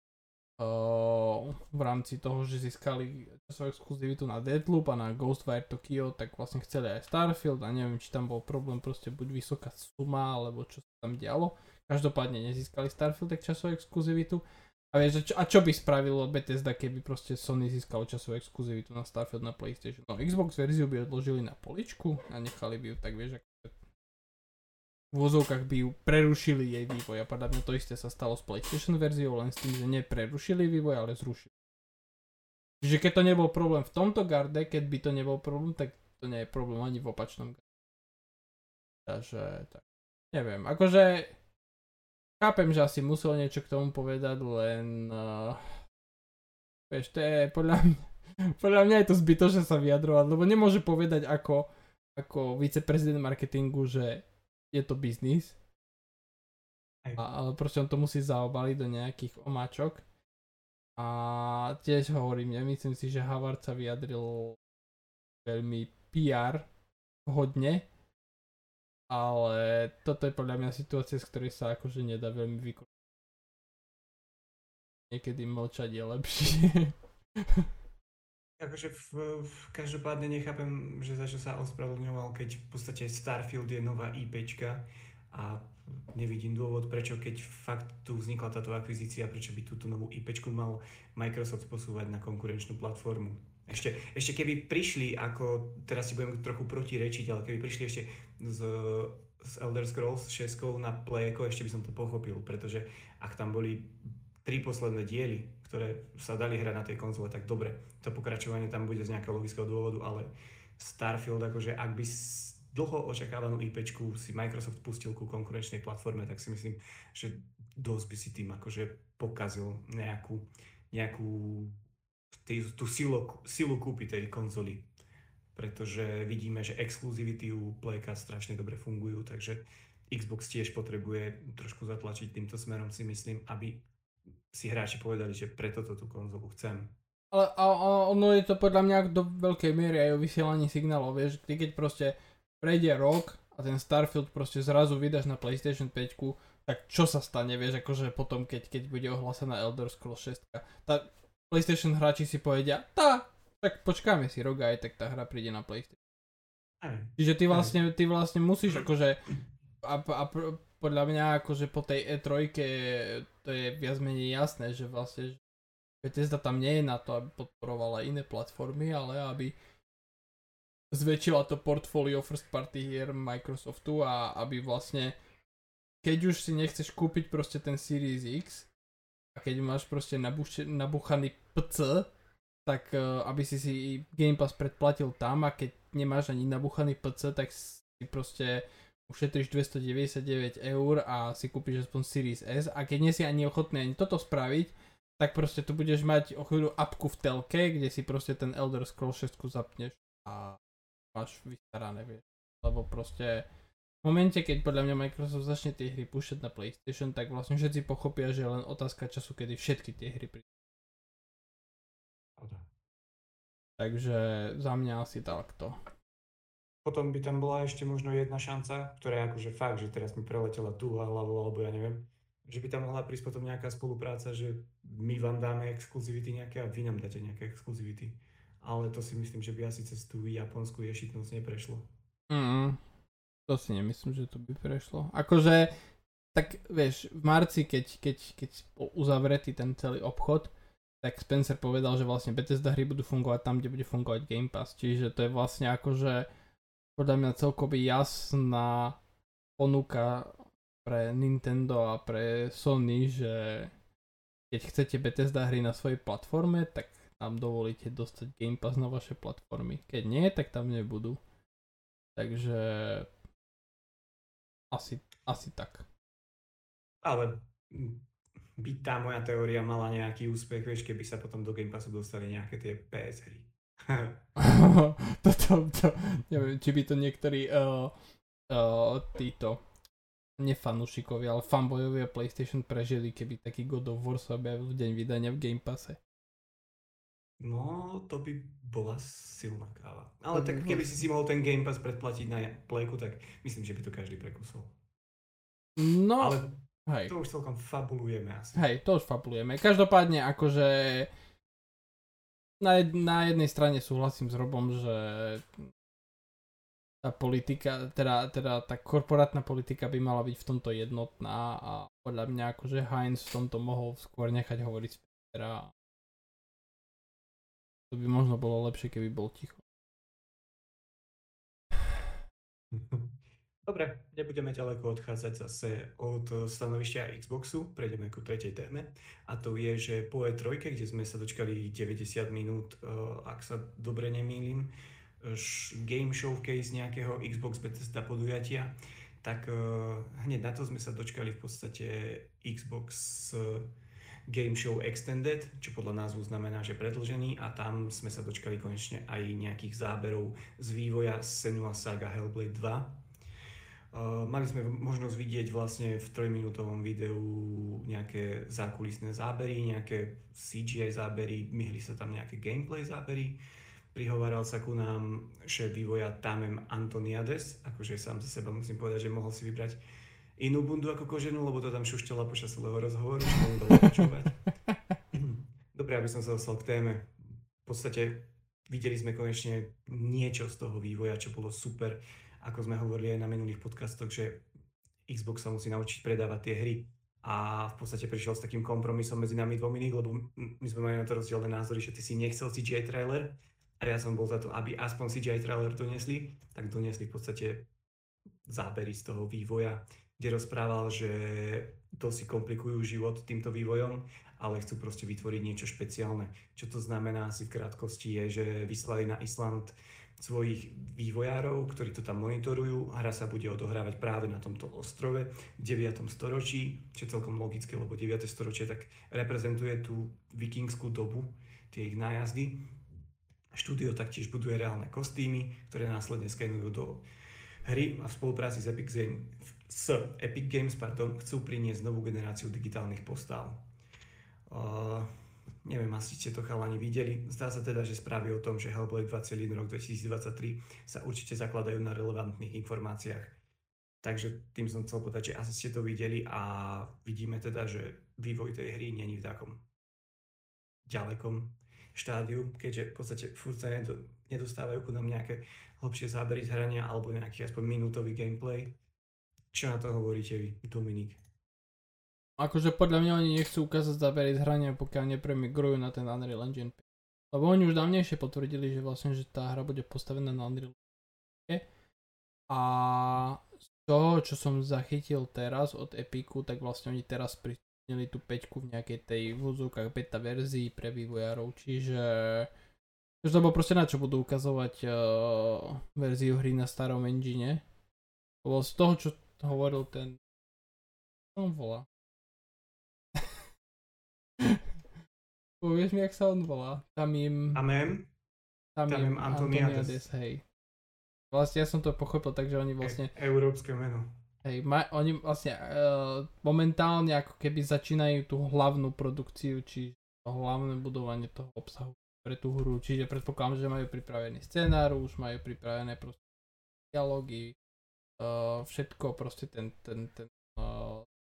Uh, v rámci toho, že získali časovú exkluzivitu na Deathloop a na Ghostwire Tokyo, tak vlastne chceli aj Starfield a neviem, či tam bol problém proste buď vysoká suma, alebo čo sa tam dialo. Každopádne nezískali Starfield tak časovú exkluzivitu. A vieš, a čo by spravilo Bethesda, keby proste Sony získalo časovú exkluzivitu na Starfield na PlayStation? No Xbox verziu by odložili na poličku a nechali by ju tak, vieš, ako v vozovkách by ju prerušili jej vývoj a podľa mňa to isté sa stalo s PlayStation verziou, len s tým, že neprerušili vývoj, ale zrušili. Čiže keď to nebol problém v tomto garde, keď by to nebol problém, tak to nie je problém ani v opačnom garde. Takže, tak, neviem, akože chápem, že asi musel niečo k tomu povedať, len uh, vieš, to je podľa mňa, podľa mňa je to zbytočné sa vyjadrovať, lebo nemôže povedať ako, ako viceprezident marketingu, že je to biznis, a, ale proste on to musí zaobaliť do nejakých omáčok A tiež hovorím, nemyslím si, že Havard sa vyjadril veľmi pé er hodne, ale toto je podľa mňa situácia, z ktorej sa akože nedá veľmi vykonať. Niekedy mlčať je lepšie. Akože v, v, každopádne nechápem, že za čo sa ospravedlňoval, keď v podstate Starfield je nová IPčka a nevidím dôvod, prečo keď fakt tu vznikla táto akvizícia, prečo by túto novú IPčku mal Microsoft posúvať na konkurenčnú platformu. Ešte, ešte keby prišli, ako teraz si budem trochu protirečiť, ale keby prišli ešte z, z Elder Scrolls šesť na Playko, ešte by som to pochopil, pretože ak tam boli tri posledné diely, ktoré sa dali hrať na tej konzole, tak dobre, to pokračovanie tam bude z nejakého logického dôvodu, ale Starfield, akože ak by dlho očakávanú IPčku si Microsoft pustil ku konkurenčnej platforme, tak si myslím, že dosť by si tým akože pokazil nejakú, nejakú tý, tú silu, silu kúpy tej konzoly. Pretože vidíme, že exkluzivity u Playka strašne dobre fungujú, takže Xbox tiež potrebuje trošku zatlačiť týmto smerom, si myslím, aby si hráči povedali, že preto to tú konzolu chcem. Ale a, a ono je to podľa mňa do veľkej miery aj o vysielaní signálov, vieš, ty keď proste prejde rok a ten Starfield proste zrazu vydáš na PlayStation päť, tak čo sa stane, vieš, akože potom, keď, keď bude ohlásená Elder Scrolls šesť, tá PlayStation hráči si povedia, tá, tak počkáme si rok aj tak tá hra príde na PlayStation. Aj, Čiže ty vlastne, ty vlastne musíš akože a, a podľa mňa akože po tej E tri to je viac menej jasné, že vlastne Bethesda tam nie je na to, aby podporovala iné platformy, ale aby zväčšila to portfólio first party hier Microsoftu a aby vlastne keď už si nechceš kúpiť proste ten Series X a keď máš proste nabuš- nabuchaný pé cé, tak uh, aby si si Game Pass predplatil tam a keď nemáš ani nabuchaný pé cé, tak si proste ušetríš dvestodeväťdesiatdeväť eur a si kúpiš aspoň Series S a keď nie si ani ochotný ani toto spraviť, tak proste tu budeš mať o chvíľu apku v telke, kde si proste ten Elder Scrolls šesť zapneš a máš vystarané, vieš. Lebo proste v momente, keď podľa mňa Microsoft začne tie hry púšťať na PlayStation, tak vlastne všetci pochopia, že je len otázka času, kedy všetky tie hry prídu. Takže za mňa asi takto. Potom by tam bola ešte možno jedna šanca, ktorá je akože fakt, že teraz mi preletela tu a hlavu, alebo ja neviem, že by tam mohla prísť potom nejaká spolupráca, že my vám dáme exkluzivity nejaké a vy nám dáte nejaké exkluzivity. Ale to si myslím, že by asi cez tú japonskú ješitnosť neprešlo. Mm, to si nemyslím, že to by prešlo. Akože, tak vieš, v marci, keď, keď, keď bol uzavretý ten celý obchod, tak Spencer povedal, že vlastne Bethesda hry budú fungovať tam, kde bude fungovať Game Pass. Čiže to je vlastne akože podľa mňa celkovo jasná ponuka pre Nintendo a pre Sony, že keď chcete Bethesda hry na svojej platforme, tak nám dovolíte dostať Game Pass na vaše platformy. Keď nie, tak tam nebudú. Takže asi, asi tak. Ale by tá moja teória mala nejaký úspech, vieš, keby sa potom do Game Passu dostali nejaké tie pé es hry. Toto, to, neviem, či by to niektorí uh, uh, títo nefanúšikovia, ale fanbojovia PlayStation prežili, keby taký God of War sa objavil v deň vydania v Game Passe. No, to by bola silná káva. Ale tak keby si si mohol ten Game Pass predplatiť na Playku, tak myslím, že by to každý prekusol. No, ale hej. To už celkom fabulujeme asi. Hej, to už fabulujeme. Každopádne, akože na, jed- na jednej strane súhlasím s Robom, že tá politika, teda, teda tá korporátna politika by mala byť v tomto jednotná a podľa mňa akože Heinz v tomto mohol skôr nechať hovoriť Spencera. To by možno bolo lepšie, keby bol ticho. Dobre, nebudeme ďaleko odchádzať zase od stanovišťa Xboxu, prejdeme ku tretej téme a to je, že po E tri, kde sme sa dočkali deväťdesiat minút, ak sa dobre nemýlim, game showcase nejakého Xbox Bethesda podujatia, tak hneď na to sme sa dočkali v podstate Xbox Game Show Extended, čo podľa názvu znamená, že predĺžený, a tam sme sa dočkali konečne aj nejakých záberov z vývoja Senua's Saga Hellblade dva. mali sme možnosť vidieť vlastne v trojminútovom videu nejaké zákulisné zábery, nejaké C G I zábery, myhli sa tam nejaké gameplay zábery. Prihováral sa ku nám šéf vývoja Tamem Antoniades, akože sám za seba musím povedať, že mohol si vybrať inú bundu ako koženú, lebo to tam šušťala počas celého rozhovoru, čo mu dalo počúvať. Dobre, aby som sa dostal k téme. V podstate videli sme konečne niečo z toho vývoja, čo bolo super. Ako sme hovorili aj na minulých podcastoch, že Xbox sa musí naučiť predávať tie hry a v podstate prišiel s takým kompromisom medzi nami dvomi, lebo my sme mali na to rozdielne názory, že ty si nechcel C G I trailer a ja som bol za to, aby aspoň C G I trailer donesli, tak donesli v podstate zábery z toho vývoja, kde rozprával, že to si komplikujú život týmto vývojom, ale chcú proste vytvoriť niečo špeciálne. Čo to znamená asi v krátkosti je, že vyslali na Island svojich vývojárov, ktorí to tam monitorujú. Hra sa bude odohrávať práve na tomto ostrove v deviatom storočí, čo je celkom logické, lebo deviate storočie tak reprezentuje tú vikingskú dobu, tie ich nájazdy. Štúdio taktiež buduje reálne kostýmy, ktoré následne skenujú do hry a v spolupráci s Epic Games, s Epic Games pardon, chcú priniesť novú generáciu digitálnych postáv. Uh, Neviem, asi ste to chalani videli. Zdá sa teda, že správy o tom, že Hellblade dva celý rok dvetisícdvadsaťtri sa určite zakladajú na relevantných informáciách. Takže tým som chcel povedať, že asi ste to videli a vidíme teda, že vývoj tej hry není v takom ďalekom štádiu, keďže v podstate furt sa nedostávajú ku nám nejaké hlbšie zábery z hrania alebo nejaký aspoň minútový gameplay. Čo na to hovoríte vy, Dominik? Akože podľa mňa oni nechcú ukázať zábery z hrania, pokiaľ nepremigrujú na ten Unreal Engine päť. Lebo oni už dávnejšie potvrdili, že vlastne, že tá hra bude postavená na Unreal Engine päť. A z toho, čo som zachytil teraz od Epicu, tak vlastne oni teraz pristúpili tú päťku v nejakej tej v úzovkách beta verzii pre vývojárov, čiže to bolo proste na čo budú ukazovať uh, verziu hry na starom engine. Lebo z toho, čo hovoril ten... Čo on volá? Povieš mi, jak sa on volá? Tamim... Tamim? Tamim Antoniades, hej. Vlastne ja som to pochopil, takže oni vlastne... E- Európske meno. Hej, ma, oni vlastne uh, momentálne ako keby začínajú tú hlavnú produkciu, čiže to hlavné budovanie toho obsahu pre tú hru. Čiže predpokladám, že majú pripravený scenár, už majú pripravené proste dialógy, uh, všetko proste ten, ten, ten uh,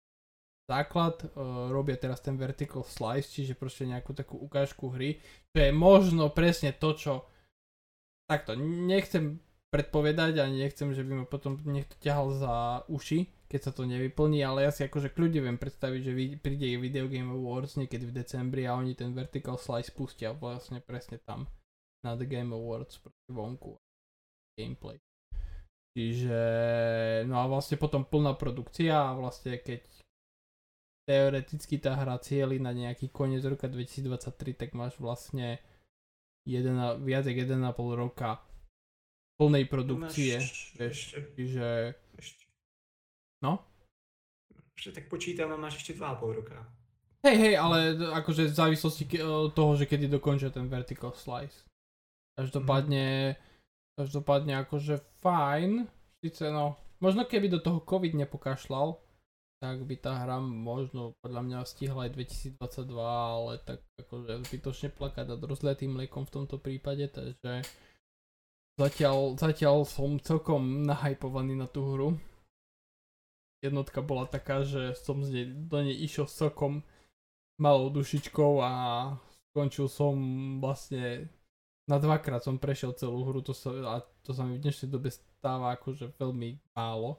základ, uh, robia teraz ten vertical slice, čiže proste nejakú takú ukážku hry, čo je možno presne to, čo takto, nechcem predpovedať a nechcem, že by ma potom niekto ťahal za uši, keď sa to nevyplní, ale ja si akože kľudne viem predstaviť, že príde Video Game Awards niekedy v decembri a oni ten vertical slice pustia vlastne presne tam na The Game Awards proste vonku gameplay. Čiže, no a vlastne potom plná produkcia a vlastne keď teoreticky tá hra cieli na nejaký koniec roka dvetisícdvadsaťtri, tak máš vlastne jeden, viac jak jeden a pol roka plnej produkcie, máš, vieš, ešte, čiže... Ešte. No? Ešte tak počítam, a máš ešte dva a pol roka. Hej, hej, ale akože v závislosti od toho, že kedy dokončia ten vertical slice. Každopádne, mm. každopádne akože fajn, síce no, možno keby do toho COVID nepokašľal, tak by tá hra možno podľa mňa stihla aj dvetisícdvadsaťdva, ale tak akože zbytočne plakať nad rozletým mliekom v tomto prípade, takže zatiaľ, zatiaľ som celkom nahypovaný na tú hru. Jednotka bola taká, že som z nej, do nej išiel s celkom malou dušičkou a skončil som vlastne na dvakrát som prešiel celú hru, to sa, a to sa mi v dnešnej dobe stáva akože veľmi málo.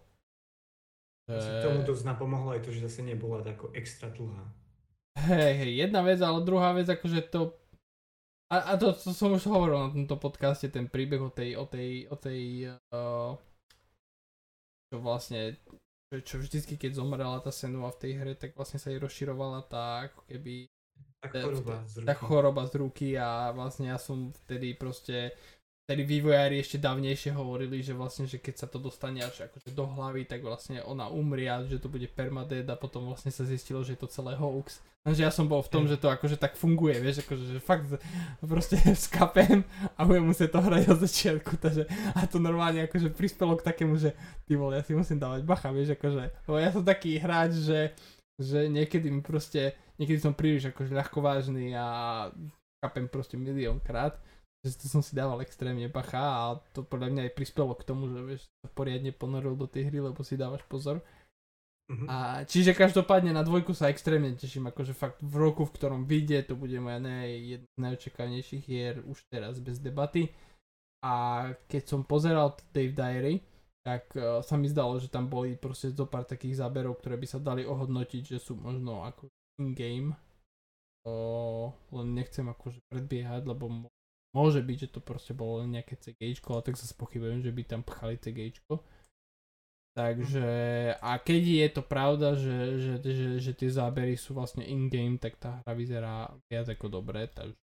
Že... Tomu dosť napomohlo aj to, že zase nebola tako extra dlhá. Hej, hej, jedna vec, ale druhá vec, akože to... A, a to, to som už hovoril na tomto podcaste, ten príbeh o tej, o tej, o tej... Uh, čo vlastne... Čo, čo vždycky, keď zomrela tá Senua v tej hre, tak vlastne sa jej rozširovala tá, ako keby... Tak choroba z ruky. Tá choroba z ruky a vlastne ja som vtedy proste Tedy vývojári ešte dávnejšie hovorili, že vlastne, že keď sa to dostane až akože do hlavy, tak vlastne ona umrie a že to bude permadead a potom vlastne sa zistilo, že je to celé hoax. Takže ja som bol v tom, že to akože tak funguje, vieš, akože že fakt proste skapem a budem musieť to hrať od začiatku, takže a to normálne akože prispelo k takému, že ty vole, ja si musím dávať bacha, vieš, akože, lebo ja som taký hráč, že, že niekedy mi proste, niekedy som príliš akože ľahkovážny a skapem proste miliónkrát. Že to som si dával extrémne bacha a to podľa mňa aj prispelo k tomu, že vieš, sa poriadne ponoril do tej hry, lebo si dávaš pozor. Uh-huh. A čiže každopádne na dvojku sa extrémne teším, akože fakt v roku, v ktorom vyjde, to bude moja ne, jedna z najočakávanejších hier už teraz bez debaty. A keď som pozeral Dave Diary, tak uh, sa mi zdalo, že tam boli proste zo pár takých záberov, ktoré by sa dali ohodnotiť, že sú možno ako in-game. Uh, len nechcem akože predbiehať, lebo môže byť, že to proste bolo len nejaké CGčko, ale tak sa spochybujem, že by tam pchali CGčko. Takže, a keď je to pravda, že, že, že, že tie zábery sú vlastne in-game, tak tá hra vyzerá viac ako dobre, takže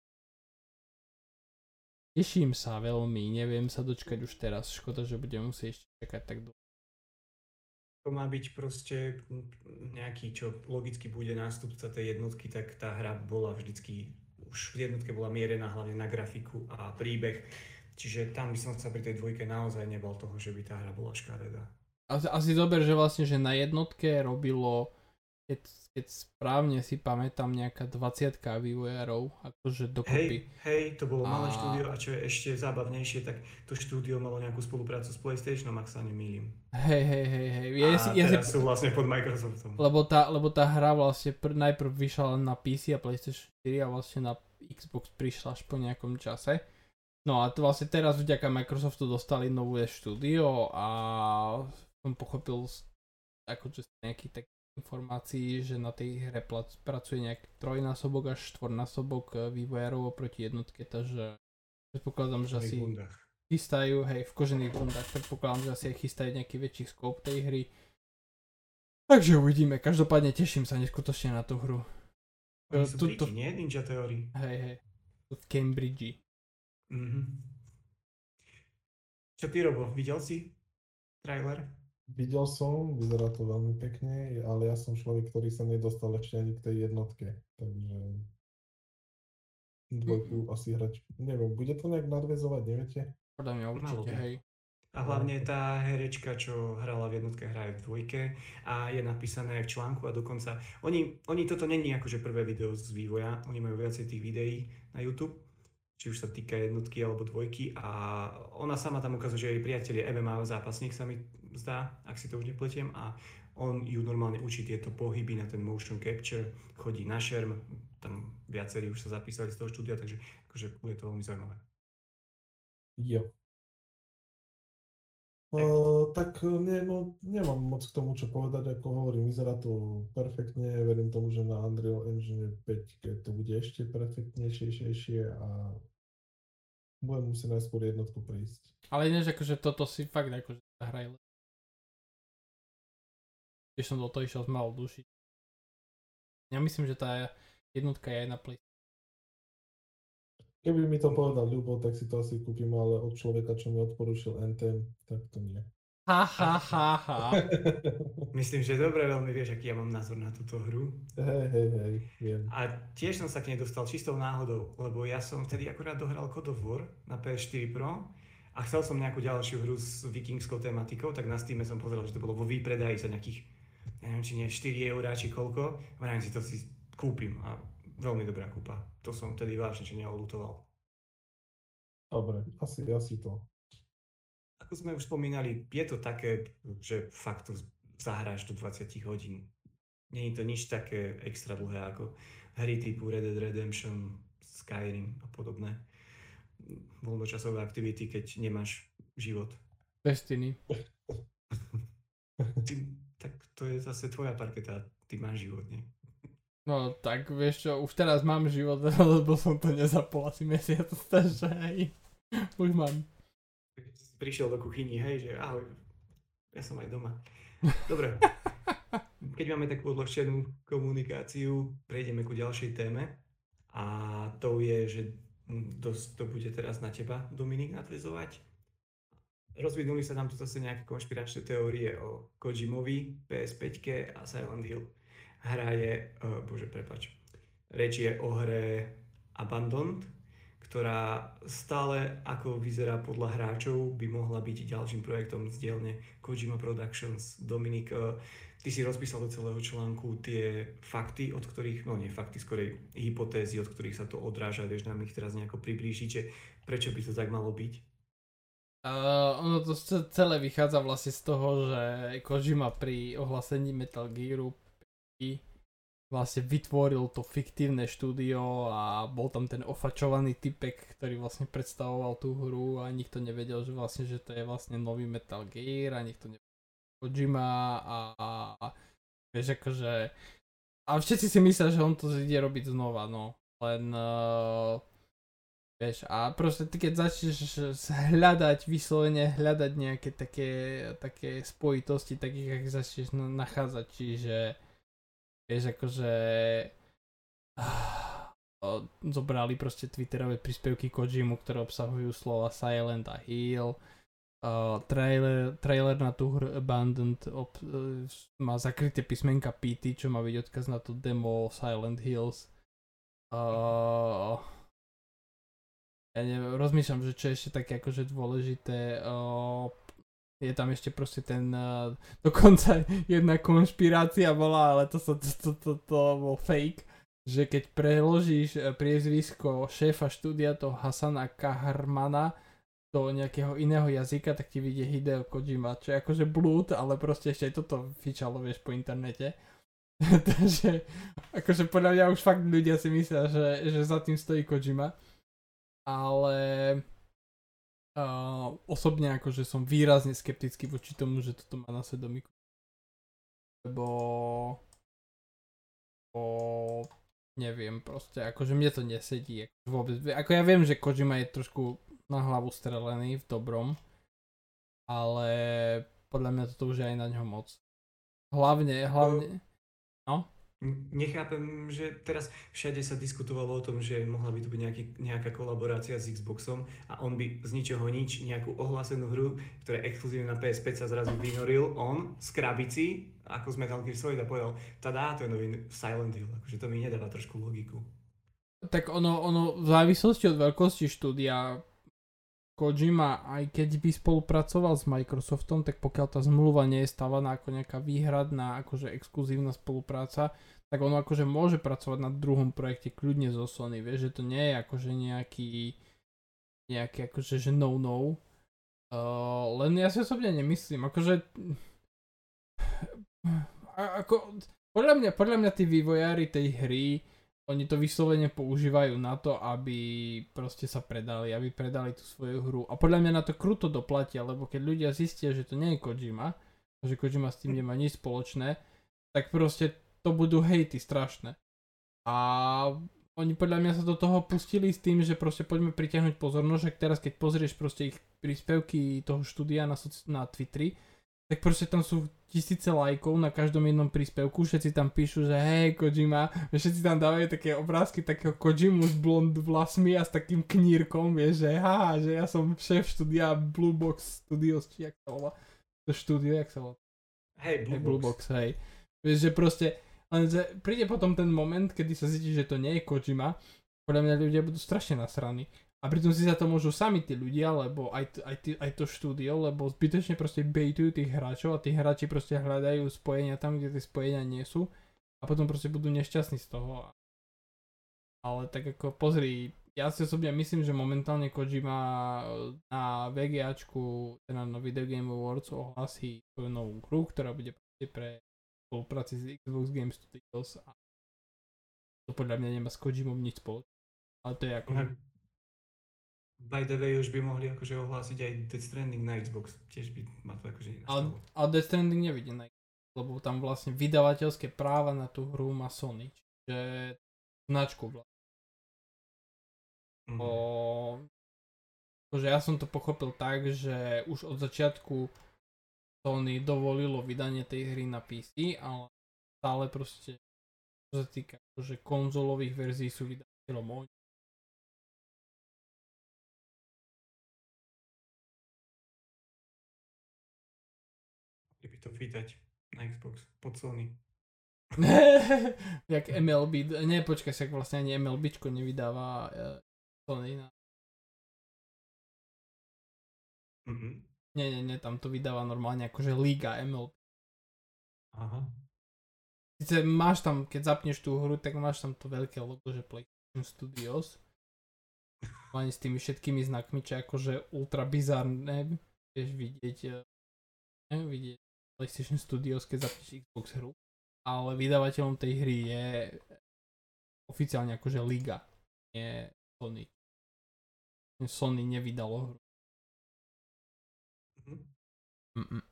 teším sa veľmi, neviem sa dočkať už teraz, škoda, že budem musieť ešte čakať tak dlho. To má byť proste nejaký, čo logicky bude nástupca tej jednotky, tak tá hra bola vždycky už v jednotke bola mierená hlavne na grafiku a príbeh, čiže tam by som sa pri tej dvojke naozaj nebal toho, že by tá hra bola škaredá. Asi, asi zober, že vlastne, že na jednotke robilo, keď, keď správne si pamätám, nejaká dvadsiatka vývojárov, akože dokopy. Hej, hej, to bolo a... malé štúdio a čo je ešte zábavnejšie, tak to štúdio malo nejakú spoluprácu s PlayStationom, ak sa nemýlim. Hej, hej, hej, hej. A ja si, teraz ja si... sú vlastne pod Microsoftom. Lebo tá, lebo tá hra vlastne pr- najprv vyšla len na pé cé a PlayStation štyri a vlastne na Xbox prišla až po nejakom čase. No a to vlastne teraz vďaka Microsoftu dostali nové štúdio a som pochopil akože nejakých takých informácií, že na tej hre pracuje nejaký trojnásobok až štvornásobok vývojárov oproti jednotke, takže predpokladám, že asi chystajú, hej, v kožených bundách, predpokladám, že asi aj chystajú nejaký väčší scope tej hry. Takže uvidíme, každopádne teším sa neskutočne na tú hru. Oni sú Briti, nie? Ninja Theory. Hej, hej, v Cambridge. Mhm. Čo ty, Robo, videl si trailer? Videl som, vyzerá to veľmi pekne, ale ja som človek, ktorý sa nedostal ešte ani k tej jednotke, takže dvojku mm. asi hrať, neviem, bude to nejak nadväzovať, neviete? Podľa mňa určite, hej. A hlavne tá herečka, čo hrala v jednotke, hraje v dvojke a je napísané aj v článku a dokonca, oni, oni toto není akože prvé video z vývoja, oni majú viacej tých videí na YouTube, či už sa týka jednotky alebo dvojky a ona sama tam ukazuje, že jej priateľ je em em á zápasník, sa mi zdá, ak si to už nepletiem, a on ju normálne učí tieto pohyby na ten motion capture, chodí na šerm, tam viacerí už sa zapísali z toho štúdia, takže akože bude to veľmi zaujímavé. Jo. Uh, tak nie, no, nemám moc k tomu čo povedať, ako hovorím, vyzerá to perfektne, verím tomu, že na Unreal Engine päť to bude ešte perfektnejšie a budem musieť najskôr jednotku prísť. Ale inéž akože toto si fakt akože zahraj. Keď som do toho išiel z malou duši. Ja myslím, že tá jednotka je aj na PlayStation. Keby mi to povedal Ľubo, tak si to asi kúpim, ale od človeka, čo mi odporúčil Anthem, tak to nie. Ha, ha, ha, ha. Myslím, že dobre veľmi vieš, aký ja mám názor na túto hru. Hej, hej, hej, viem. A tiež som sa k nej dostal čistou náhodou, lebo ja som vtedy akurát dohral God of War na pé es štyri Pro a chcel som nejakú ďalšiu hru s vikingskou tematikou, tak na Steame som pozeral, že to bolo vo výpredaji za nejakých, ja neviem, či nie štyri eurá, či koľko. Vrajím si, to si kúpim a veľmi dobrá kúpa. To som vtedy vážne, že neolutoval. Dobre, asi, asi to. Ako sme už spomínali, je to také, že fakt to zahráš do dvadsať hodín. Nie je to nič také extra dlhé ako hry typu Red Dead Redemption, Skyrim a podobné. Voľnočasové aktivity, keď nemáš život. Destiny. Ty, tak to je zase tvoja parketa, ty máš život, nie? No tak vieš čo, už teraz mám život, lebo som to nezapol asi mesiac, takže hej, už mám. Prišiel do kuchyni, hej, že ahoj, ja som aj doma. Dobre, keď máme takú odľahčenú komunikáciu, prejdeme ku ďalšej téme a to je, že dosť to bude teraz na teba, Dominik, nadväzovať. Rozvinuli sa tam tu zase nejaké konšpiračné teórie o Kojimovi, pé es päť a Silent Hill. Hra je, uh, bože, prepač, reč je o hre Abandoned, ktorá stále, ako vyzerá podľa hráčov, by mohla byť ďalším projektom z dielne Kojima Productions. Dominik, uh, ty si rozpísal do celého článku tie fakty, od ktorých, no nie fakty, skorej hypotézy, od ktorých sa to odráža, vieš nám ich teraz nejako priblížiť, že prečo by to tak malo byť? Uh, ono to celé vychádza vlastne z toho, že Kojima pri ohlásení Metal Gearu vlastne vytvoril to fiktívne štúdio a bol tam ten ofačovaný typek, ktorý vlastne predstavoval tú hru a nikto nevedel, že vlastne, že to je vlastne nový Metal Gear a nikto nevedel Kojima a, a, a vieš akože a všetci si myslia, že on to ide robiť znova, no len uh, vieš, a proste ty keď začneš hľadať, vyslovene hľadať nejaké také, také spojitosti, takých, ak začneš nachádzať, čiže vieš, akože uh, zobrali proste twitterové príspevky Kojimu, ktoré obsahujú slova Silent a Hill, uh, trailer, trailer na tú hru Abandoned ob, uh, má zakryté písmenka pé té, čo má byť odkaz na to demo Silent Hills. Uh, Ja neviem, rozmýšľam, že čo je ešte také akože dôležité, uh, je tam ešte proste ten, uh, dokonca jedna konšpirácia bola, ale to, to, to, to, to bol fake, že keď preložíš priezvisko šéfa štúdia toho Hasana Kaharmana do nejakého iného jazyka, tak ti vyjde Hideo Kojima, čo je akože blúd, ale proste ešte aj toto fičalo, vieš, po internete. Takže, akože podľa mňa už fakt ľudia si myslia, že, že za tým stojí Kojima. Ale uh, osobne akože som výrazne skeptický voči tomu, že toto má na svedomí. Lebo o, neviem proste, akože mne to nesedí akože vôbec. Ako ja viem, že Kojima je trošku na hlavu strelený v dobrom, ale podľa mňa toto už je aj na ňo moc. Hlavne, hlavne, no? Nechápem, že teraz všade sa diskutovalo o tom, že mohla by tu byť nejaký, nejaká kolaborácia s Xboxom a on by z ničoho nič nejakú ohlásenú hru, ktorá je exkluzívne na pé es päť, sa zrazu vynoril on z krabici, ako z Metal Gear Solid a povedal, tadá, to je nový Silent Hill, akože to mi nedáva trošku logiku. Tak ono, ono v závislosti od veľkosti štúdia Kojima, aj keď by spolupracoval s Microsoftom, tak pokiaľ tá zmluva nie je stávaná ako nejaká výhradná, akože exkluzívna spolupráca, tak ono akože môže pracovať na druhom projekte kľudne zo Sony, vieš, že to nie je akože nejaký, nejaký akože že no no, uh, len ja si osobne nemyslím, akože, ako, podľa mňa, podľa mňa tí vývojári tej hry, oni to vyslovene používajú na to, aby proste sa predali, aby predali tú svoju hru. A podľa mňa na to kruto doplatia, lebo keď ľudia zistia, že to nie je Kojima, že Kojima s tým nemá nič spoločné, tak proste to budú hejty strašné. A oni podľa mňa sa do toho pustili s tým, že proste poďme pritiahnuť pozornosť, že teraz keď pozrieš proste ich príspevky toho štúdia na, soci- na Twitteri, tak proste tam sú tisíce lajkov na každom jednom príspevku, všetci tam píšu, že hej Kojima, všetci tam dávajú také obrázky takého Kojimu s blond vlasmi a s takým knírkom, vieš, že haha, že ja som šéf štúdia Blue Box Studios, či jak sa volá, to štúdio, jak sa volá? Hej, Blue, hey, Blue Box. Box, hej. Vieš, že proste, len príde potom ten moment, kedy sa zistí, že to nie je Kojima, podľa mňa ľudia budú strašne nasraní. A pritom si za to môžu sami tí ľudia, lebo aj, aj, aj to štúdio, lebo zbytočne proste bejtujú tých hráčov a tí hráči proste hľadajú spojenia tam, kde tie spojenia nie sú a potom proste budú nešťastní z toho. Ale tak ako pozri, ja si osobne myslím, že momentálne Kojima na VGAčku, teda na Video Game Awards ohlasí svoju novú hru, ktorá bude proste pre spolupráci s Xbox Game Studios a to podľa mňa nemá s Kojimom nič spoločné. Ale to je ako... Mm. By the way, už by mohli akože ohlásiť aj Death Stranding na Xbox, tiež by ma to akože nenastalo. Ale Death Stranding nevidí na Xbox, lebo tam vlastne vydavateľské práva na tú hru má Sony, čiže značku vlastne. Mm. O... Akože ja som to pochopil tak, že už od začiatku Sony dovolilo vydanie tej hry na pé cé, ale stále proste, čo sa týka akože konzolových verzií sú vydavateľom oni. to fitať na Xbox pod Sony. Jak em el bé, nie počkaj, však vlastne ani MLBčko nevydáva Sony na... Mm-hmm. Nie, nie, nie, tam to vydáva normálne akože Liga em el bé. Aha. Sice máš tam, keď zapneš tú hru, tak máš tam to veľké logo, že PlayStation Studios. Ani s tými všetkými znakmi, čo akože ultra bizarné, vieš vidieť, ne, vidieť PlayStation Studios, keď zapneš Xbox hru. Ale vydavateľom tej hry je oficiálne akože Liga, nie Sony. Sony nevydalo hru. Mm-mm.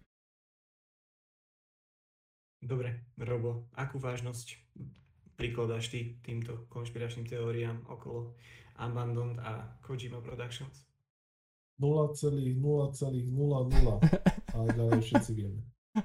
Dobre, Robo, akú vážnosť prikladáš ty týmto konšpiračným teóriám okolo Abandoned a Kojima Productions? nula celá nula nula nula ale ďalej všetci vieme.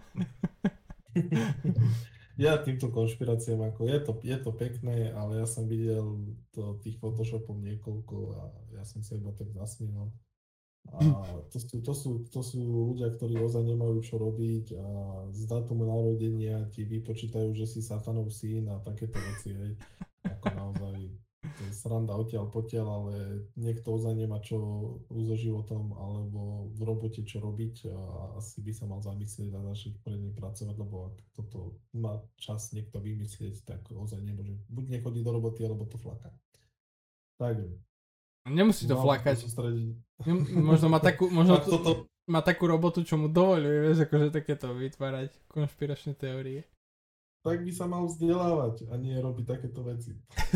Ja týmto konšpiráciám, ako je to, je to pekné, ale ja som videl to, tých Photoshopov niekoľko a ja som sa iba tak zasmiel. A to sú, to, sú, to sú ľudia, ktorí ozaj nemajú čo robiť a z dátumu narodenia ti vypočítajú, že si satanov syn a takéto veci, hej. Ako naozaj to je sranda odtiaľ potiaľ, ale niekto ozaj nemá čo so životom alebo v robote čo robiť a asi by sa mal zamyslieť a začať pre ne pracovať, lebo ak toto má čas niekto vymyslieť, tak ozaj nemôže. Buď nechodí do roboty, alebo to flaká. Tak. Nemusí to flakať. Možno má takú, možno to, to... má takú robotu, čo mu dovoľuje, vieš, akože takéto vytvárať konšpiračné teórie. Tak by sa mal vzdelávať a nie robiť takéto veci.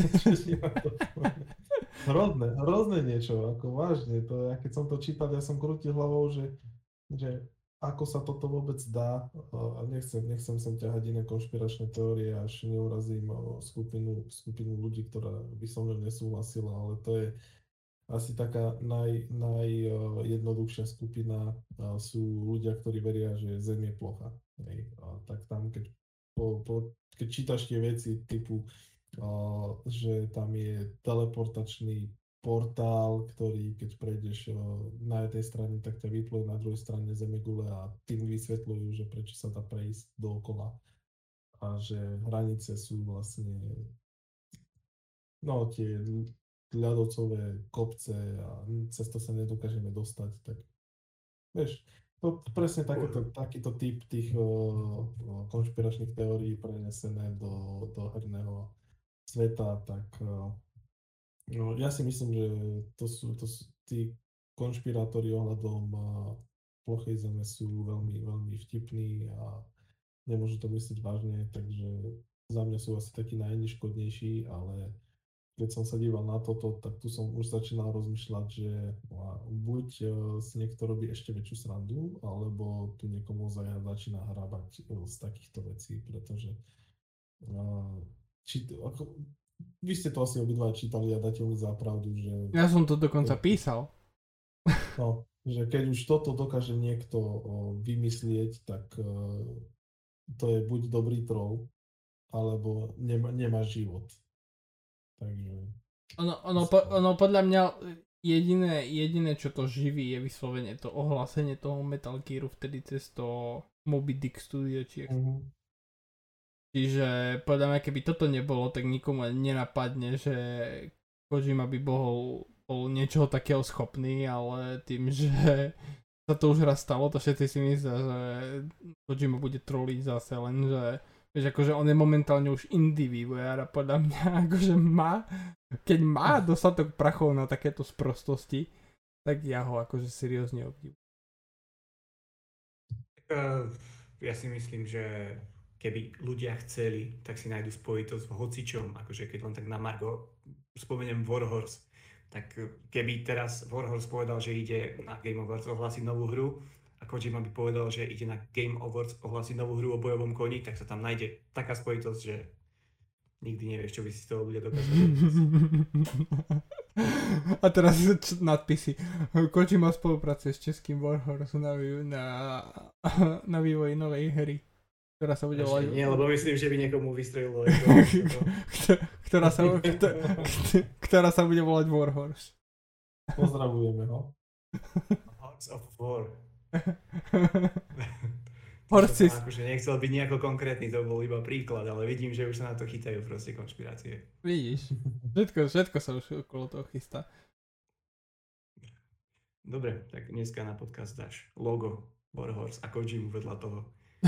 hrozné, hrozné niečo, ako vážne. To, ja keď som to čítal, ja som krútil hlavou, že, že ako sa toto vôbec dá. A nechcem, nechcem sem ťahať iné konšpiračné teórie, až neurazím skupinu, skupinu ľudí, ktorá by so mnou nesúhlasila, ale to je asi taká naj, najjednoduchšia skupina sú ľudia, ktorí veria, že Zem je plocha. Hej. A tak tam, keď, po, po, keď čítaš tie veci typu, a, že tam je teleportačný portál, ktorý keď prejdeš a, na jednej strane, tak ťa vypluje na druhej strane zemegule a tým vysvetľujú, že prečo sa dá prejsť dookola. A že hranice sú vlastne no tie ľadovcové kopce a cez to sa nedokážeme dostať, tak vieš, to presne takéto, takýto typ tých uh, konšpiračných teórií prenesené do, do herného sveta, tak uh, no, ja si myslím, že to sú, to sú tí konšpirátori ohľadom uh, plochej zeme sú veľmi, veľmi vtipní a nemôžu to myslieť vážne, takže za mňa sú asi takí najneškodnejší, ale keď som sa díval na toto, tak tu som už začínal rozmýšľať, že buď si niekto robí ešte väčšiu srandu, alebo tu niekomu začína hrábať z takýchto vecí, pretože či, ako, vy ste to asi obidva čítali a dáte mi za pravdu, že... Ja som to dokonca písal. No, že keď už toto dokáže niekto vymyslieť, tak to je buď dobrý troll, alebo nemá, nemá život. Takže... Ono, ono, po, ono podľa mňa jediné, jediné, čo to živí, je vyslovene to ohlásenie toho Metal Gearu vtedy cez to Moby Dick Studio. Či uh-huh. Čiže podľa mňa, keby toto nebolo, tak nikomu nenapadne, že Kojima by bol, bol niečoho takého schopný, ale tým, že sa to už raz stalo, to všetci si myslia, že Kojima bude troliť zase, lenže vieš, akože on je momentálne už indie vývojár a podľa mňa akože má, keď má dostatok prachov na takéto sprostosti, tak ja ho akože seriózne obdivujem. Uh, ja si myslím, že keby ľudia chceli, tak si nájdu spojitosť v hocičom, akože keď len tak na margo spomeniem Warhorse, tak keby teraz Warhorse povedal, že ide na Game Awards ohlásiť novú hru, a Kojima by povedal, že ide na Game Awards ohlásiť novú hru o bojovom koni, tak sa tam nájde taká spojitosť, že nikdy nevieš, čo by si z toho ľudia dokázali. A teraz nadpisy. Kojima spolupracuje s českým Warhorse na, na, na vývoji novej hry, ktorá sa bude volať... Nie, lebo myslím, že by niekomu vystrelilo. ktorá, sa, ktorá sa bude volať Warhorse. Pozdravujeme ho. Horse of War. Horcis. Som akože nechcel byť nejako konkrétny, to bol iba príklad, ale vidím, že už sa na to chytajú proste konšpirácie. Vidíš, všetko, všetko sa už okolo toho chystá. Dobre, tak dneska na podcast dáš logo Warhorse a Kojimu vedľa toho.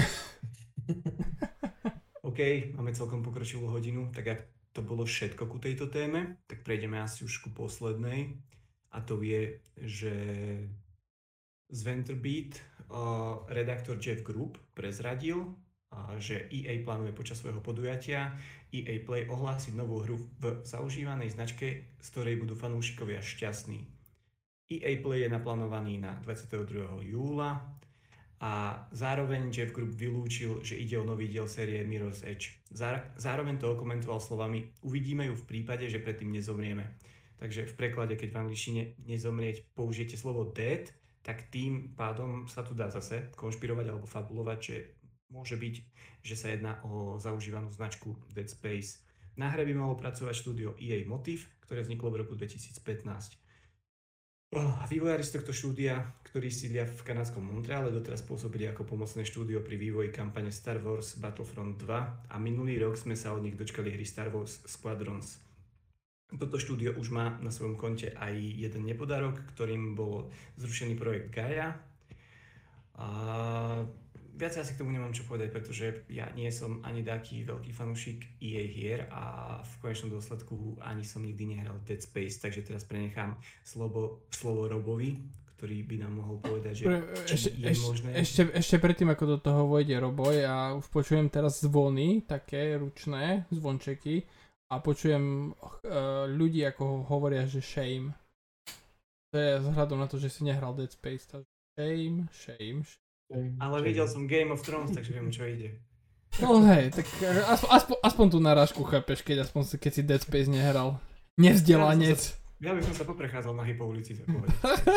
OK, máme celkom pokročilú hodinu, tak ak to bolo všetko ku tejto téme, tak prejdeme asi už ku poslednej. A to je, že z Venturebeat uh, redaktor Jeff Grubb prezradil, uh, že E A plánuje počas svojho podujatia E A Play ohlásiť novú hru v zaužívanej značke, z ktorej budú fanúšikovia šťastní. E A Play je naplánovaný na dvadsiateho druhého júla a zároveň Jeff Grubb vylúčil, že ide o nový diel série Mirror's Edge. Zároveň to okomentoval slovami: uvidíme ju v prípade, že predtým nezomrieme. Takže v preklade, keď v angličtine nezomrieť použijete slovo dead, tak tým pádom sa tu dá zase konšpirovať alebo fabulovať, že môže byť, že sa jedná o zaužívanú značku Dead Space. Na hre by malo pracovať štúdio E A Motive, ktoré vzniklo v roku dvetisícpätnásť. Vývojári z tohto štúdia, ktorí sídlia v kanadskom Montreale, doteraz pôsobili ako pomocné štúdio pri vývoji kampane Star Wars Battlefront dva a minulý rok sme sa od nich dočkali hry Star Wars Squadrons. Toto štúdio už má na svojom konte aj jeden nepodarok, ktorým bol zrušený projekt Gaia. A viac asi k tomu nemám čo povedať, pretože ja nie som ani taký veľký fanúšik E A hier a v konečnom dôsledku ani som nikdy nehral Dead Space, takže teraz prenechám slovo, slovo Robovi, ktorý by nám mohol povedať, že či je ešte, možné... Ešte, ešte predtým, ako do toho vojde Robo, ja už počujem teraz zvony, také ručné zvončeky a počujem uh, ľudí, ako hovoria, že shame. To je vzhľadom na to, že si nehral Dead Space. Shame, shame, shame. Ale videl som Game of Thrones, takže viem, čo ide. No hej, tak aspoň, aspoň, aspoň tú narážku chápeš, keď, aspoň, keď si Dead Space nehral. Nevzdelanec. Ja, ja by som sa poprechádzal na Hypo ulici za povedať.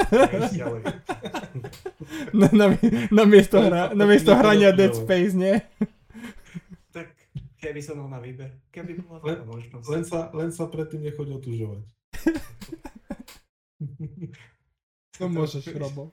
na, na, na miesto, hra, na miesto hrania Dead Space, nie? Tak keby som mal na výber, keby bola len, taká možnosť. Len sa, len sa predtým nechoď otužovať. No môžeš, Robo.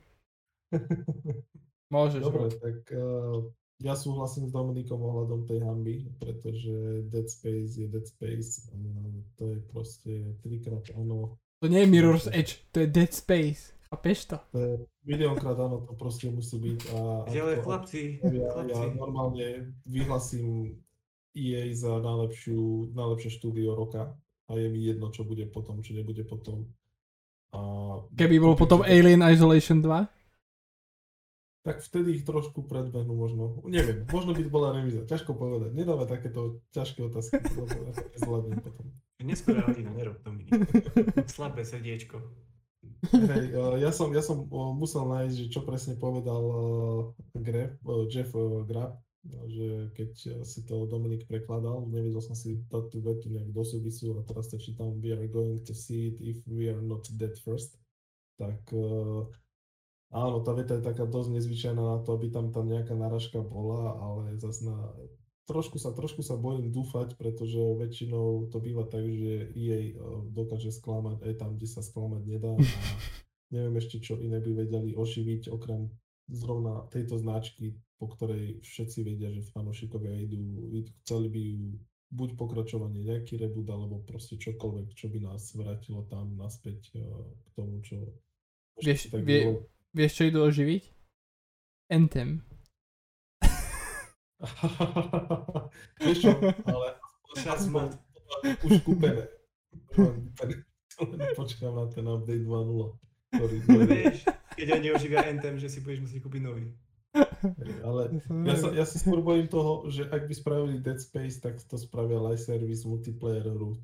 Môžeš. Dobre, tak uh, ja súhlasím s Dominikom ohľadom tej hanby, pretože Dead Space je Dead Space. Um, to je proste trikrát áno. To nie je Mirror's Edge, to je Dead Space. A peš to. To je miliónkrát áno, to proste musí byť. A, ale chlapci, ja, chlapci. Ja normálne vyhlasím E A za najlepšiu, najlepšie štúdio roka a je mi jedno, čo bude potom, čo nebude potom. A keby bol potom Alien Isolation dva? Tak vtedy ich trošku predbehnú možno. Neviem, možno by bola revízia. Ťažko povedať. Nedáme takéto ťažké otázky. Nezvládnem potom. Neskorá hodina, nerob, Dominik. Slabé srdiečko. Hej, ja som, ja som musel nájsť, že čo presne povedal Graf, Jeff Grubb, že keď si to Dominik prekladal, nevedel som si dať tú vetu nejak do súvisu a teraz to čítam: we are going to see it if we are not dead first. Tak áno, tá veta je taká dosť nezvyčajná na to, aby tam tam nejaká narážka bola, ale zase na... trošku, sa, trošku sa bojím dúfať, pretože väčšinou to býva tak, že E A dokáže sklamať aj tam, kde sa sklamať nedá a neviem ešte, čo iné by vedeli oživiť, okrem zrovna tejto značky, po ktorej všetci vedia, že fanúšikovia idú, chceli by ju buď pokračovanie, nejaký reboot, alebo proste čokoľvek, čo by nás vrátilo tam naspäť k tomu, čo... Vieš, vie, vieš čo idú oživiť? Anthem. Vieš čo, ale čas má už kúpené. Počkám na ten update dva nula. Ktorý... Vieš, keď oni oživia Anthem, že si budeš musieť kúpiť nový. Ale ja, sa, ja si skôr bojím toho, že ak by spravili Dead Space, tak to spravia live service multiplayer hru.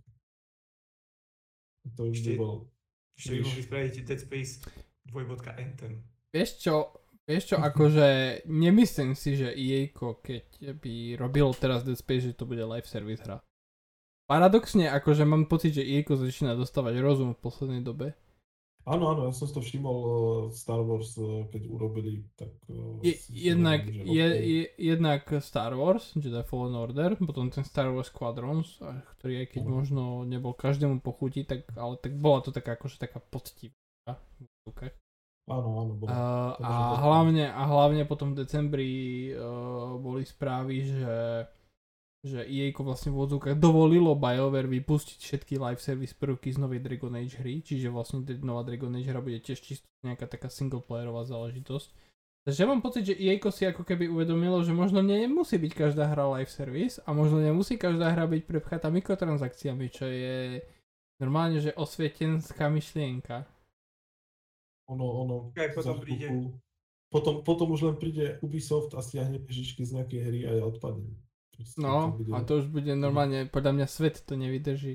To už by bol... Ešte by mohli spraviť Dead Space dvojbodka Anthem. Vieš čo, vieš čo, akože nemyslím si, že E A, keď by robilo teraz Dead Space, že to bude live service hra. Paradoxne, akože mám pocit, že E A začína dostávať rozum v poslednej dobe. Áno, áno, ja som si to všimol Star Wars, keď urobili, tak... Je, jednak, je, je, jednak Star Wars, Jedi Fallen Order, potom ten Star Wars Squadrons, ktorý aj keď uh. možno nebol každému pochutí, tak, ale tak bola to taká akože taká poctivá v rukách. Áno, áno, bolo. Uh, Takže a, to- hlavne, a hlavne potom v decembri uh, boli správy, že, že í á vlastne v odzvukách dovolilo BioWare vypustiť všetky live service prvky z novej Dragon Age hry, čiže vlastne nová Dragon Age hra bude tiež čisto nejaká taká singleplayerová záležitosť. Takže ja mám pocit, že í á si ako keby uvedomilo, že možno nemusí byť každá hra live service a možno nemusí každá hra byť prepchatá mikrotransakciami, čo je normálne, že osvietenská myšlienka. Ono, ono, Aj potom príde. Potom, potom už len príde Ubisoft a stiahne pežičky z nejakej hry a ja odpadnem. Proste No, to bude... a to už bude normálne, podľa mňa svet to nevydrží.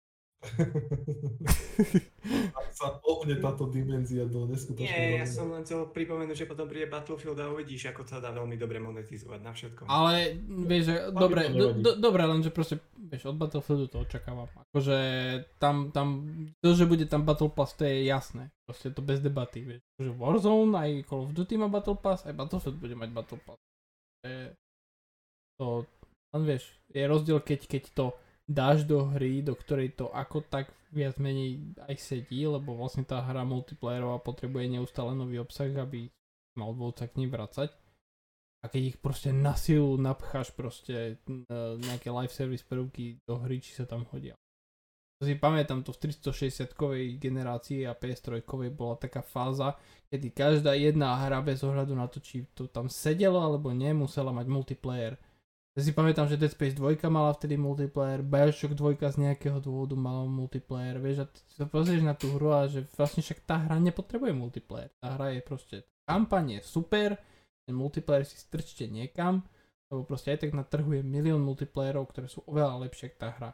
Tak sa ohne táto dimenzia do neskutočnej Nie, ja roviny. som len chcel pripomenúť, že potom príde Battlefield a uvidíš, ako sa dá veľmi dobre monetizovať na všetkom. Ale vieš, že Mami dobre, to do, nevadí. do, dobre, lenže proste, vieš, od Battlefieldu to očakávam. Akože tam, tam, to, že bude tam Battle Pass, to je jasné. Proste to bez debaty, vieš. Že Warzone, aj Call of Duty má Battle Pass, aj Battlefield bude mať Battle Pass. To je, to, len vieš, je rozdiel, keď, keď to dáš do hry, do ktorej to ako tak viac menej aj sedí, lebo vlastne tá hra multiplayerová potrebuje neustále nový obsah, aby mal dôvod sa k nim vracať. A keď ich proste na silu napcháš proste nejaké live service prvky do hry, či sa tam hodia. To si pamätám, to v tristošesťdesiatkovej generácii a pé es tri bola taká fáza, kedy každá jedna hra bez ohľadu na to, či to tam sedelo alebo nie, musela mať multiplayer. Ja si pamätám, že Dead Space dva mala vtedy multiplayer, Bioshock dva z nejakého dôvodu mala multiplayer, vieš, a ty sa pozrieš na tú hru a že vlastne však tá hra nepotrebuje multiplayer, tá hra je proste, kampaň je super, ten multiplayer si strčte niekam, lebo proste aj tak na trhu je milión multiplayerov, ktoré sú oveľa lepšie ako tá hra.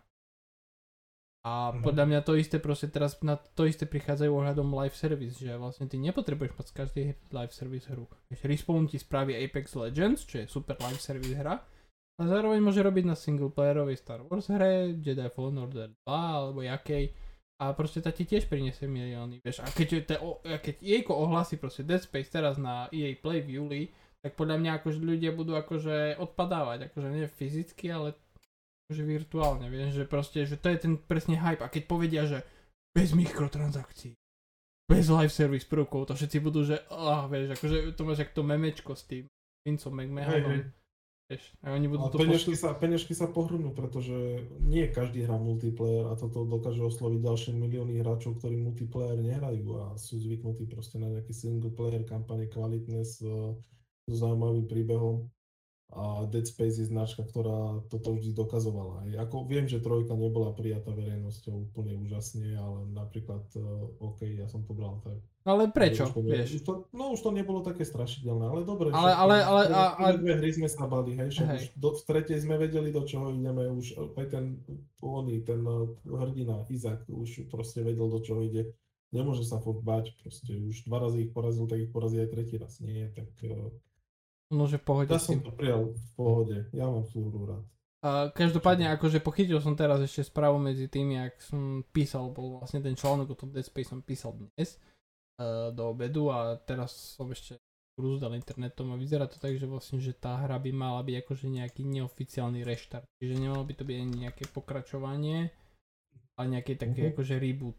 A Mhm. podľa mňa to isté proste teraz na to isté prichádzajú ohľadom live service, že vlastne ty nepotrebuješ mať z každej live service hru. Vieš, Respawn ti spraví Apex Legends, čo je super live service hra, a zároveň môže robiť na singleplayerovej Star Wars hre, Jedi Fallen Order dva alebo jakej, a proste tá ti tiež priniesie milióny, vieš. A keď, te, o, keď í á ohlási proste Dead Space teraz na í á Play v júli, tak podľa mňa akože ľudia budú akože odpadávať, akože nie fyzicky, ale akože virtuálne, vieš, že proste, že to je ten presne hype. A keď povedia, že bez mikrotransakcií, bez live service prvkov, to všetci budú, že ah, vieš, akože to máš jak to memečko s tým Vincom McMahonom. Vieš, a oni budú Ale to peňažky, postup... sa, peňažky sa pohrnú, pretože nie každý hrá multiplayer a toto dokáže osloviť ďalšie milióny hráčov, ktorí multiplayer nehrajú a sú zvyknutí proste na nejaký single player kampane kvalitné s, s zaujímavým príbehom. A Dead Space je značka, ktorá toto vždy dokazovala. Aj ako viem, že trojka nebola prijatá verejnosťou úplne úžasne, ale napríklad, uh, OK, ja som to bral tak. Ale prečo, už to ne, vieš? už to, no už to nebolo také strašidelné, ale dobre. Ale, ale, ale, v a, a, dve hry sme sa bali, hej, však hej. už do, v tretej sme vedeli, do čoho ideme, už aj ten, oný, ten uh, hrdina, Izak, už proste vedel, do čoho ide. Nemôže sa furt báť, proste už dva razy ich porazil, tak ich porazí aj tretí raz, nie, tak... Uh, Nože v pohode. Ja som to prijal v pohode, ja mám tú hru rád. Uh, každopádne, akože pochytil som teraz ešte správu medzi tým, jak som písal, bol vlastne ten článok o tom Dead Space som písal dnes uh, do obedu a teraz som ešte grúzdal internetom a vyzerá to tak, že vlastne, že tá hra by mala byť akože nejaký neoficiálny reštart, čiže nemalo by to byť ani nejaké pokračovanie, ale nejaký taký Mhm. akože reboot.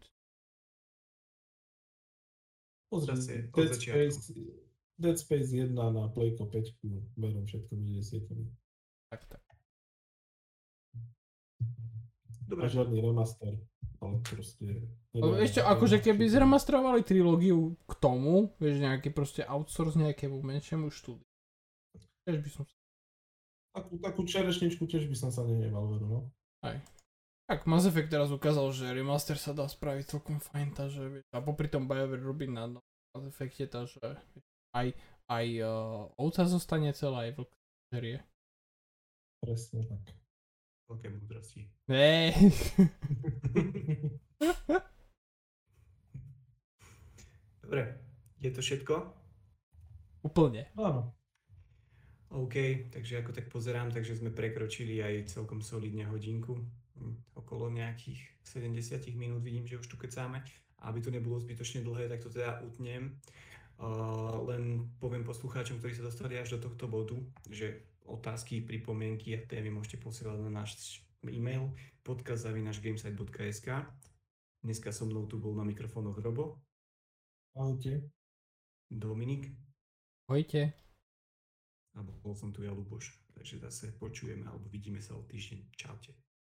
Pozri, Zase od Dead začiatku. Space, Dead Space jedna na Playko päť, beriem všetko do desiatimi. Tak, tak. Dobre. A žiadny remaster, ale proste... Ale ešte akože keby zremastrovali trilógiu k tomu, vieš, nejaký proste outsource nejakému menšiemu štúdiu. Tiež by som sa... Takú, takú čerešničku tiež by som sa neneval, veru, no. Aj. Tak Mass Effect teraz ukázal, že remaster sa dá spraviť celkom fajn, takže vieš, a popri tom BioWare robí na Mass Effecte, takže aj, aj uh, ovca zostane celá, aj vlk žerie. Presne tak. Veľké múdrosti. Hey. Dobre, je to všetko? Úplne. Áno. OK, takže ako tak pozerám, takže sme prekročili aj celkom solidne hodinku. Okolo nejakých sedemdesiat minút vidím, že už tu kecáme. A aby to nebolo zbytočne dlhé, tak to teda utnem. Uh, len poviem poslucháčom, ktorí sa dostali až do tohto bodu, že otázky, pripomienky a témy môžete posielať na náš e-mail podcast zavináč gamesite bodka es ká. Dneska so mnou tu bol na mikrofónoch Robo. Ahojte. Dominik. Ahojte. A bol som tu ja, Luboš. Takže zase počujeme alebo vidíme sa o týždeň. Čaute.